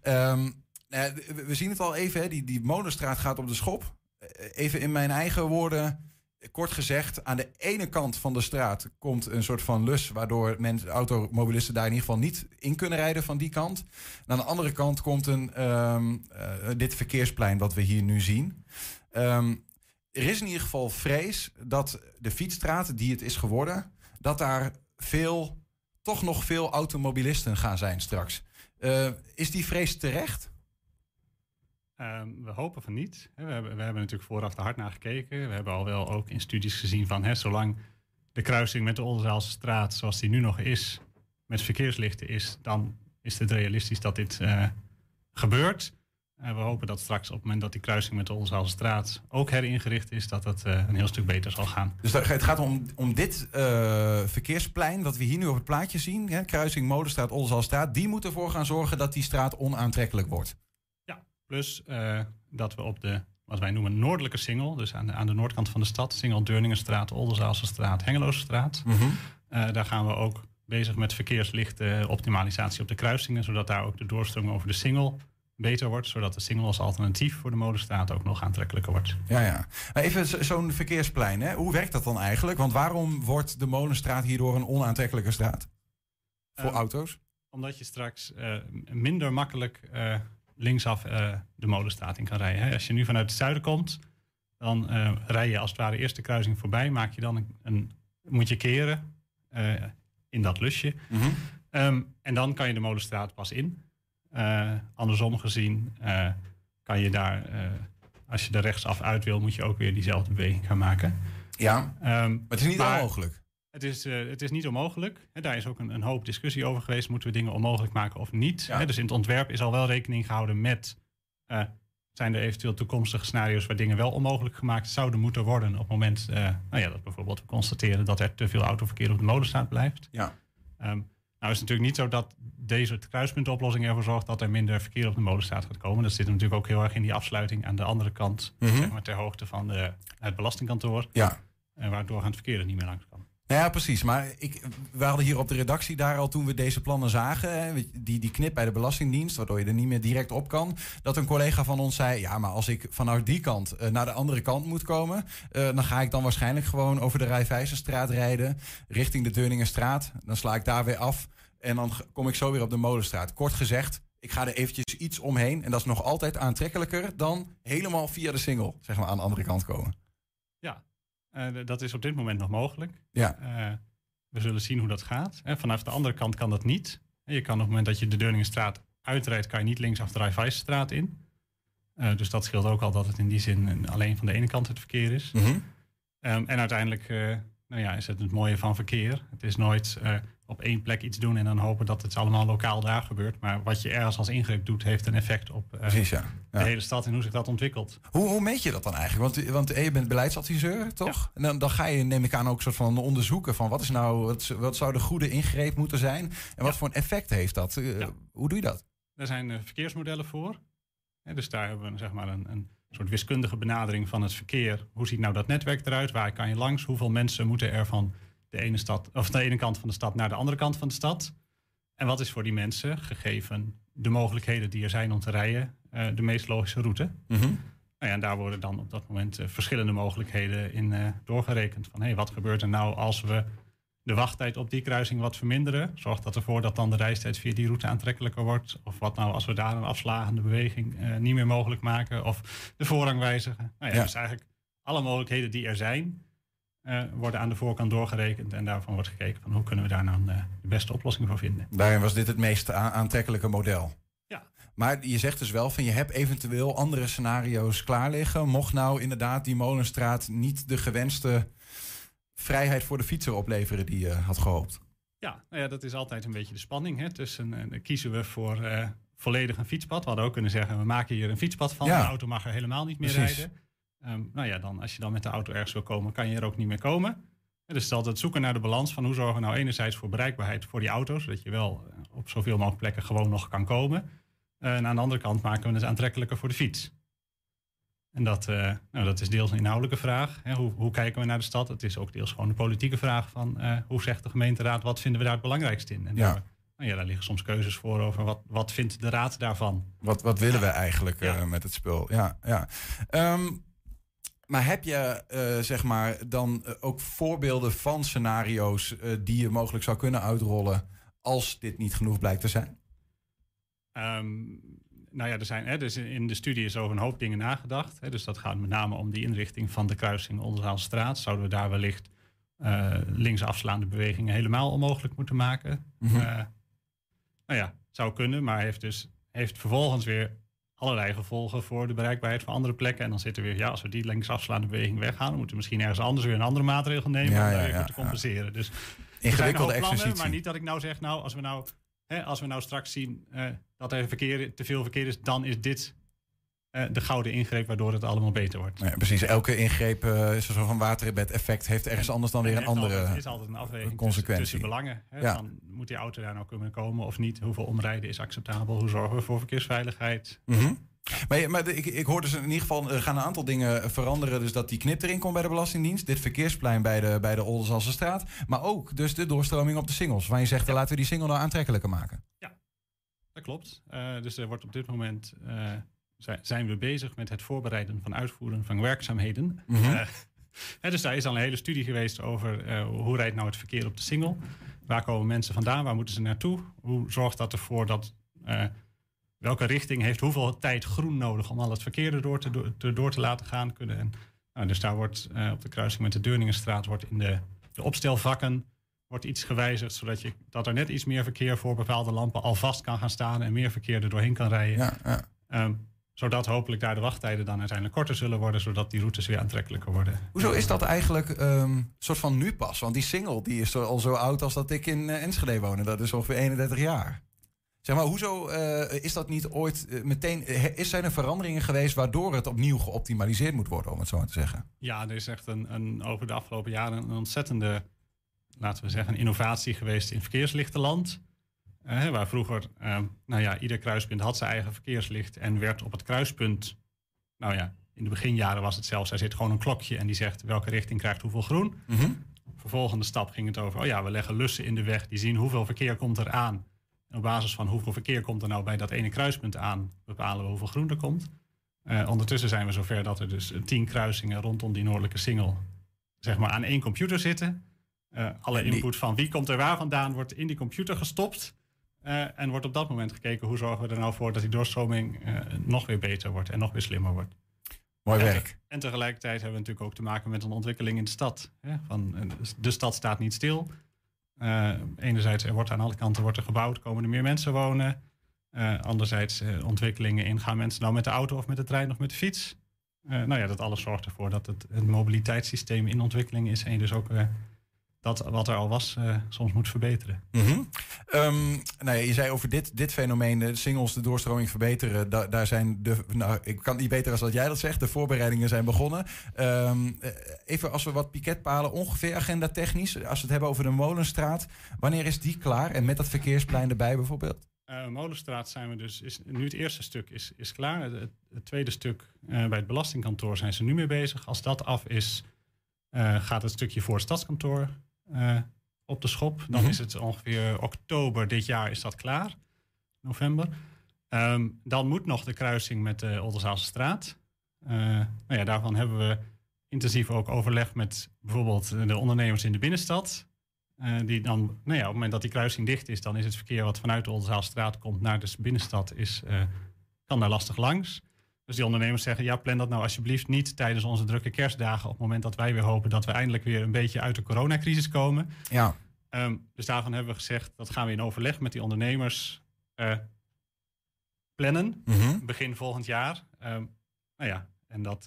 We zien het al even, hè. Die Molenstraat gaat op de schop. Even in mijn eigen woorden, kort gezegd, aan de ene kant van de straat komt een soort van lus, waardoor automobilisten daar in ieder geval niet in kunnen rijden van die kant. En aan de andere kant komt dit verkeersplein wat we hier nu zien. Er is in ieder geval vrees dat de Fietsstraat, die het is geworden, dat daar toch nog veel automobilisten gaan zijn straks. Is die vrees terecht? We hopen van niet. We hebben natuurlijk vooraf er hard naar gekeken. We hebben al wel ook in studies gezien van zolang de kruising met de Oldenzaalstraat zoals die nu nog is, met verkeerslichten is, dan is het realistisch dat dit gebeurt. We hopen dat straks op het moment dat die kruising met de Oldenzaalstraat ook heringericht is, dat dat een heel stuk beter zal gaan. Dus het gaat om dit verkeersplein wat we hier nu op het plaatje zien, hè, kruising Molenstraat, Oldenzaalstraat, die moet ervoor gaan zorgen dat die straat onaantrekkelijk wordt. Plus dat we op de, wat wij noemen, noordelijke singel, dus aan de noordkant van de stad, Singel Deurningenstraat, Oldenzaalstraat, Hengeloosstraat. Daar gaan we ook bezig met verkeerslichten, optimalisatie op de kruisingen, zodat daar ook de doorstroom over de singel beter wordt, zodat de singel als alternatief voor de Molenstraat ook nog aantrekkelijker wordt. Ja. Maar even zo'n verkeersplein, hè? Hoe werkt dat dan eigenlijk? Want waarom wordt de Molenstraat hierdoor een onaantrekkelijke straat voor auto's? Omdat je straks minder makkelijk linksaf de Molenstraat in kan rijden. Hè. Als je nu vanuit het zuiden komt, dan rij je als het ware eerst de kruising voorbij. Maak je dan moet je keren in dat lusje. En dan kan je de Molenstraat pas in. Andersom gezien kan je daar, als je er rechtsaf uit wil, moet je ook weer diezelfde beweging gaan maken. Ja, maar het is niet onmogelijk. Het is niet onmogelijk. Daar is ook een hoop discussie over geweest. Moeten we dingen onmogelijk maken of niet? Ja. Dus in het ontwerp is al wel rekening gehouden met, zijn er eventueel toekomstige scenario's waar dingen wel onmogelijk gemaakt zouden moeten worden op het moment dat bijvoorbeeld we constateren dat er te veel autoverkeer op de Molenstraat blijft. Ja. Nou is het natuurlijk niet zo dat deze kruispuntoplossing ervoor zorgt dat er minder verkeer op de Molenstraat gaat komen. Dat zit natuurlijk ook heel erg in die afsluiting aan de andere kant, zeg maar ter hoogte van het belastingkantoor. Ja. Waardoor aan het verkeer er niet meer langs kan. Nou ja, precies. Maar we hadden hier op de redactie daar al, toen we deze plannen zagen, die knip bij de Belastingdienst, waardoor je er niet meer direct op kan, dat een collega van ons zei, ja, maar als ik vanuit die kant naar de andere kant moet komen, dan ga ik dan waarschijnlijk gewoon over de Rijvijzerstraat rijden, richting de Deurningenstraat. Dan sla ik daar weer af en dan kom ik zo weer op de Molenstraat. Kort gezegd, ik ga er eventjes iets omheen en dat is nog altijd aantrekkelijker dan helemaal via de Singel, zeg maar, aan de andere kant komen. Ja. Dat is op dit moment nog mogelijk. Ja. We zullen zien hoe dat gaat. Vanaf de andere kant kan dat niet. Je kan op het moment dat je de Deurningenstraat uitrijdt, kan je niet linksaf de Rijvijzerstraat in. Dus dat scheelt ook al dat het in die zin alleen van de ene kant het verkeer is. En uiteindelijk is het mooie van verkeer. Het is nooit op één plek iets doen en dan hopen dat het allemaal lokaal daar gebeurt. Maar wat je ergens als ingreep doet, heeft een effect op de hele stad en hoe zich dat ontwikkelt. Hoe meet je dat dan eigenlijk? Want je bent beleidsadviseur, toch? Ja. En dan ga je, neem ik aan, ook een soort van onderzoeken van wat zou de goede ingreep moeten zijn en wat voor een effect heeft dat? Hoe doe je dat? Er zijn verkeersmodellen voor. Dus daar hebben we zeg maar een soort wiskundige benadering van het verkeer. Hoe ziet nou dat netwerk eruit? Waar kan je langs? Hoeveel mensen moeten er van de ene kant van de stad naar de andere kant van de stad? En wat is voor die mensen, gegeven de mogelijkheden die er zijn om te rijden, de meest logische route? Nou ja, en daar worden dan op dat moment verschillende mogelijkheden in doorgerekend. Van wat gebeurt er nou als we de wachttijd op die kruising wat verminderen? Zorgt dat ervoor dat dan de reistijd via die route aantrekkelijker wordt? Of wat nou als we daar een afslagende beweging niet meer mogelijk maken? Of de voorrang wijzigen? Dus eigenlijk alle mogelijkheden die er zijn, worden aan de voorkant doorgerekend. En daarvan wordt gekeken van hoe kunnen we daar nou de beste oplossing voor vinden. Daarin was dit het meest aantrekkelijke model. Ja. Maar je zegt dus wel van je hebt eventueel andere scenario's klaar liggen. Mocht nou inderdaad die Molenstraat niet de gewenste vrijheid voor de fietser opleveren die je had gehoopt. Ja, nou ja, dat is altijd een beetje de spanning. Tussen kiezen we voor volledig een fietspad. We hadden ook kunnen zeggen, we maken hier een fietspad van. Ja. De auto mag er helemaal niet meer rijden. Nou ja, dan, als je dan met de auto ergens wil komen, kan je er ook niet meer komen. Dus het is altijd zoeken naar de balans van hoe zorgen we nou enerzijds voor bereikbaarheid voor die auto's, zodat je wel op zoveel mogelijk plekken gewoon nog kan komen. En aan de andere kant maken we het aantrekkelijker voor de fiets. En dat is deels een inhoudelijke vraag. Hoe kijken we naar de stad? Het is ook deels gewoon een politieke vraag van hoe zegt de gemeenteraad, wat vinden we daar het belangrijkste in? En daar liggen soms keuzes voor over wat vindt de raad daarvan. Wat willen we eigenlijk met het spul? Ja. Maar heb je zeg maar dan ook voorbeelden van scenario's die je mogelijk zou kunnen uitrollen als dit niet genoeg blijkt te zijn? Nou ja, er zijn dus in de studie is over een hoop dingen nagedacht. Dus dat gaat met name om die inrichting van de kruising Oldenzalenstraat. Zouden we daar wellicht linksafslaande bewegingen helemaal onmogelijk moeten maken? Nou ja, zou kunnen, maar heeft vervolgens weer allerlei gevolgen voor de bereikbaarheid van andere plekken. En dan zitten we weer, als we die linksafslaande beweging weggaan, dan moeten we misschien ergens anders weer een andere maatregel nemen om daar even te compenseren. Dus ingewikkelde plannen, maar niet dat ik nou zeg, als we nou straks zien dat er te veel verkeer is, dan is dit de gouden ingreep waardoor het allemaal beter wordt. Ja, precies, elke ingreep is een soort van waterbed effect, heeft ergens anders dan weer een andere consequentie. Het is altijd een afweging tussen belangen. Dan moet die auto daar nou kunnen komen of niet? Hoeveel omrijden is acceptabel? Hoe zorgen we voor verkeersveiligheid? Maar ik hoor dus in ieder geval, er gaan een aantal dingen veranderen. Dus dat die knip erin komt bij de Belastingdienst. Dit verkeersplein bij de Oldenzalenstraat. Maar ook dus de doorstroming op de singels. Waar je zegt, laten we die single nou aantrekkelijker maken. Ja, dat klopt. Dus er wordt op dit moment zijn we bezig met het voorbereiden van uitvoeren van werkzaamheden. Dus daar is al een hele studie geweest over hoe rijdt nou het verkeer op de singel. Waar komen mensen vandaan? Waar moeten ze naartoe? Hoe zorgt dat ervoor dat welke richting heeft hoeveel tijd groen nodig om al het verkeer erdoor te laten gaan kunnen? Dus daar wordt op de kruising met de Deurningenstraat wordt in de opstelvakken wordt iets gewijzigd, zodat dat er net iets meer verkeer voor bepaalde lampen alvast kan gaan staan en meer verkeer er doorheen kan rijden. Zodat hopelijk daar de wachttijden dan uiteindelijk korter zullen worden, zodat die routes weer aantrekkelijker worden. Hoezo is dat eigenlijk soort van nu pas? Want die single die is al zo oud als dat ik in Enschede woon. Dat is ongeveer 31 jaar. Zeg maar, hoezo is dat niet ooit meteen... Zijn er veranderingen geweest waardoor het opnieuw geoptimaliseerd moet worden, om het zo maar te zeggen? Ja, er is echt over de afgelopen jaren een ontzettende, laten we zeggen, innovatie geweest in verkeerslichtenland. Waar vroeger, ieder kruispunt had zijn eigen verkeerslicht en werd op het kruispunt, in de beginjaren was het zelfs, er zit gewoon een klokje en die zegt welke richting krijgt hoeveel groen. Vervolgende stap ging het over, we leggen lussen in de weg, die zien hoeveel verkeer komt er aan. En op basis van hoeveel verkeer komt er nou bij dat ene kruispunt aan, bepalen we hoeveel groen er komt. Ondertussen zijn we zover dat er dus 10 kruisingen rondom die noordelijke singel zeg maar aan één computer zitten. Alle input van wie komt er waar vandaan wordt in die computer gestopt. En wordt op dat moment gekeken hoe zorgen we er nou voor dat die doorstroming nog weer beter wordt en nog weer slimmer wordt. Mooi werk. En tegelijkertijd hebben we natuurlijk ook te maken met een ontwikkeling in de stad. De stad staat niet stil. Enerzijds wordt aan alle kanten gebouwd, komen er meer mensen wonen. Anderzijds ontwikkelingen in, gaan mensen nou met de auto of met de trein of met de fiets? Dat alles zorgt ervoor dat het mobiliteitssysteem in ontwikkeling is en dus ook dat wat er al was soms moet verbeteren. Je zei over dit fenomeen, de singles, de doorstroming verbeteren. Daar zijn ik kan niet beter als dat jij dat zegt. De voorbereidingen zijn begonnen. Even als we wat piketpalen, ongeveer agenda technisch. Als we het hebben over de Molenstraat. Wanneer is die klaar? En met dat verkeersplein erbij bijvoorbeeld? Molenstraat zijn we dus... Nu het eerste stuk is klaar. Het tweede stuk bij het belastingkantoor zijn ze nu mee bezig. Als dat af is, gaat het stukje voor het stadskantoor op de schop. Dan is het ongeveer oktober dit jaar is dat klaar. November. Dan moet nog de kruising met de Olderzaalsestraat. Daarvan hebben we intensief ook overleg met bijvoorbeeld de ondernemers in de binnenstad. Die dan, op het moment dat die kruising dicht is, dan is het verkeer wat vanuit de Oldenzaalstraat komt naar de binnenstad, kan daar lastig langs. Dus die ondernemers zeggen, plan dat nou alsjeblieft niet tijdens onze drukke kerstdagen, op het moment dat wij weer hopen dat we eindelijk weer een beetje uit de coronacrisis komen. Ja. Dus daarvan hebben we gezegd, dat gaan we in overleg met die ondernemers plannen, begin volgend jaar. En dat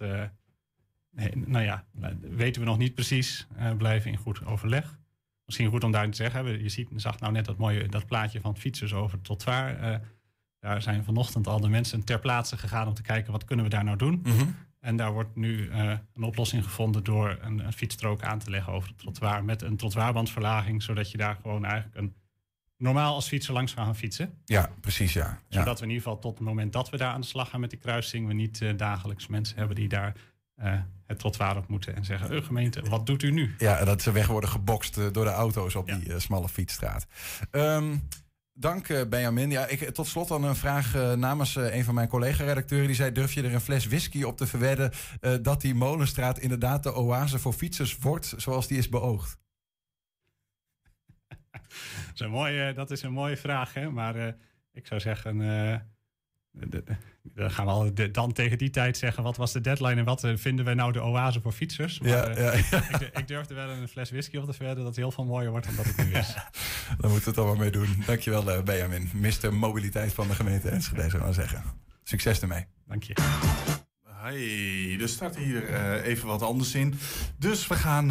weten we nog niet precies, blijven in goed overleg. Misschien goed om daar te zeggen. Je zag nou net dat plaatje van fietsers over het trottoir. Daar zijn vanochtend al de mensen ter plaatse gegaan om te kijken wat kunnen we daar nou doen. En daar wordt nu een oplossing gevonden door een fietsstrook aan te leggen over het trottoir met een trottoirbandverlaging, zodat je daar gewoon eigenlijk normaal als fietser langs gaan fietsen. Ja, precies, ja. Zodat we in ieder geval tot het moment dat we daar aan de slag gaan met die kruising, we niet dagelijks mensen hebben die daar het trottoir op moeten en zeggen, gemeente, wat doet u nu? Ja, en dat ze weg worden gebokst door de auto's op die smalle fietsstraat. Dank Benjamin. Ja, tot slot dan een vraag namens een van mijn collega-redacteuren. Die zei, durf je er een fles whisky op te verwedden dat die Molenstraat inderdaad de oase voor fietsers wordt zoals die is beoogd? Dat is een mooie vraag, hè? Maar ik zou zeggen, dan gaan we al dan tegen die tijd zeggen, wat was de deadline en wat vinden wij nou de oase voor fietsers? Maar, ik durf er wel een fles whisky op te verder dat het heel veel mooier wordt dan dat het nu is. Dan moeten we het allemaal mee doen. Dankjewel Benjamin, Mr. Mobiliteit van de gemeente Enschede, zou ik maar zeggen. Succes ermee. Dank je. Hey, er staat hier even wat anders in. Dus we gaan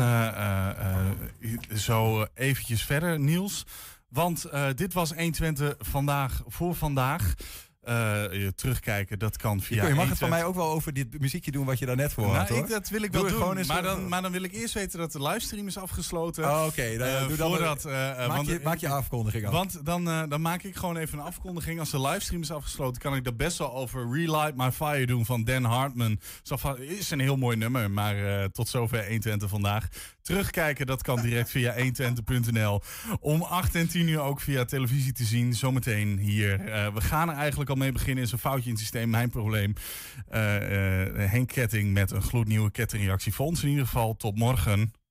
zo eventjes verder, Niels. Want dit was 120 vandaag voor vandaag. Terugkijken, dat kan via. Je mag het van mij ook wel over dit muziekje doen wat je daarnet voor had, hoor. Dat wil ik wel doen. Maar dan wil ik eerst weten dat de livestream is afgesloten. Oké, doe dan maak je afkondiging af. Want dan maak ik gewoon even een afkondiging. Als de livestream is afgesloten, kan ik dat best wel over Relight My Fire doen van Dan Hartman. Is een heel mooi nummer, maar tot zover 120 vandaag. Terugkijken, dat kan direct via 120.nl. Om 8 en 10 uur ook via televisie te zien. Zometeen hier. We gaan er eigenlijk al mee beginnen. Is een foutje in het systeem, mijn probleem. Henk Ketting met een gloednieuwe kettingreactie. Voor ons in ieder geval tot morgen.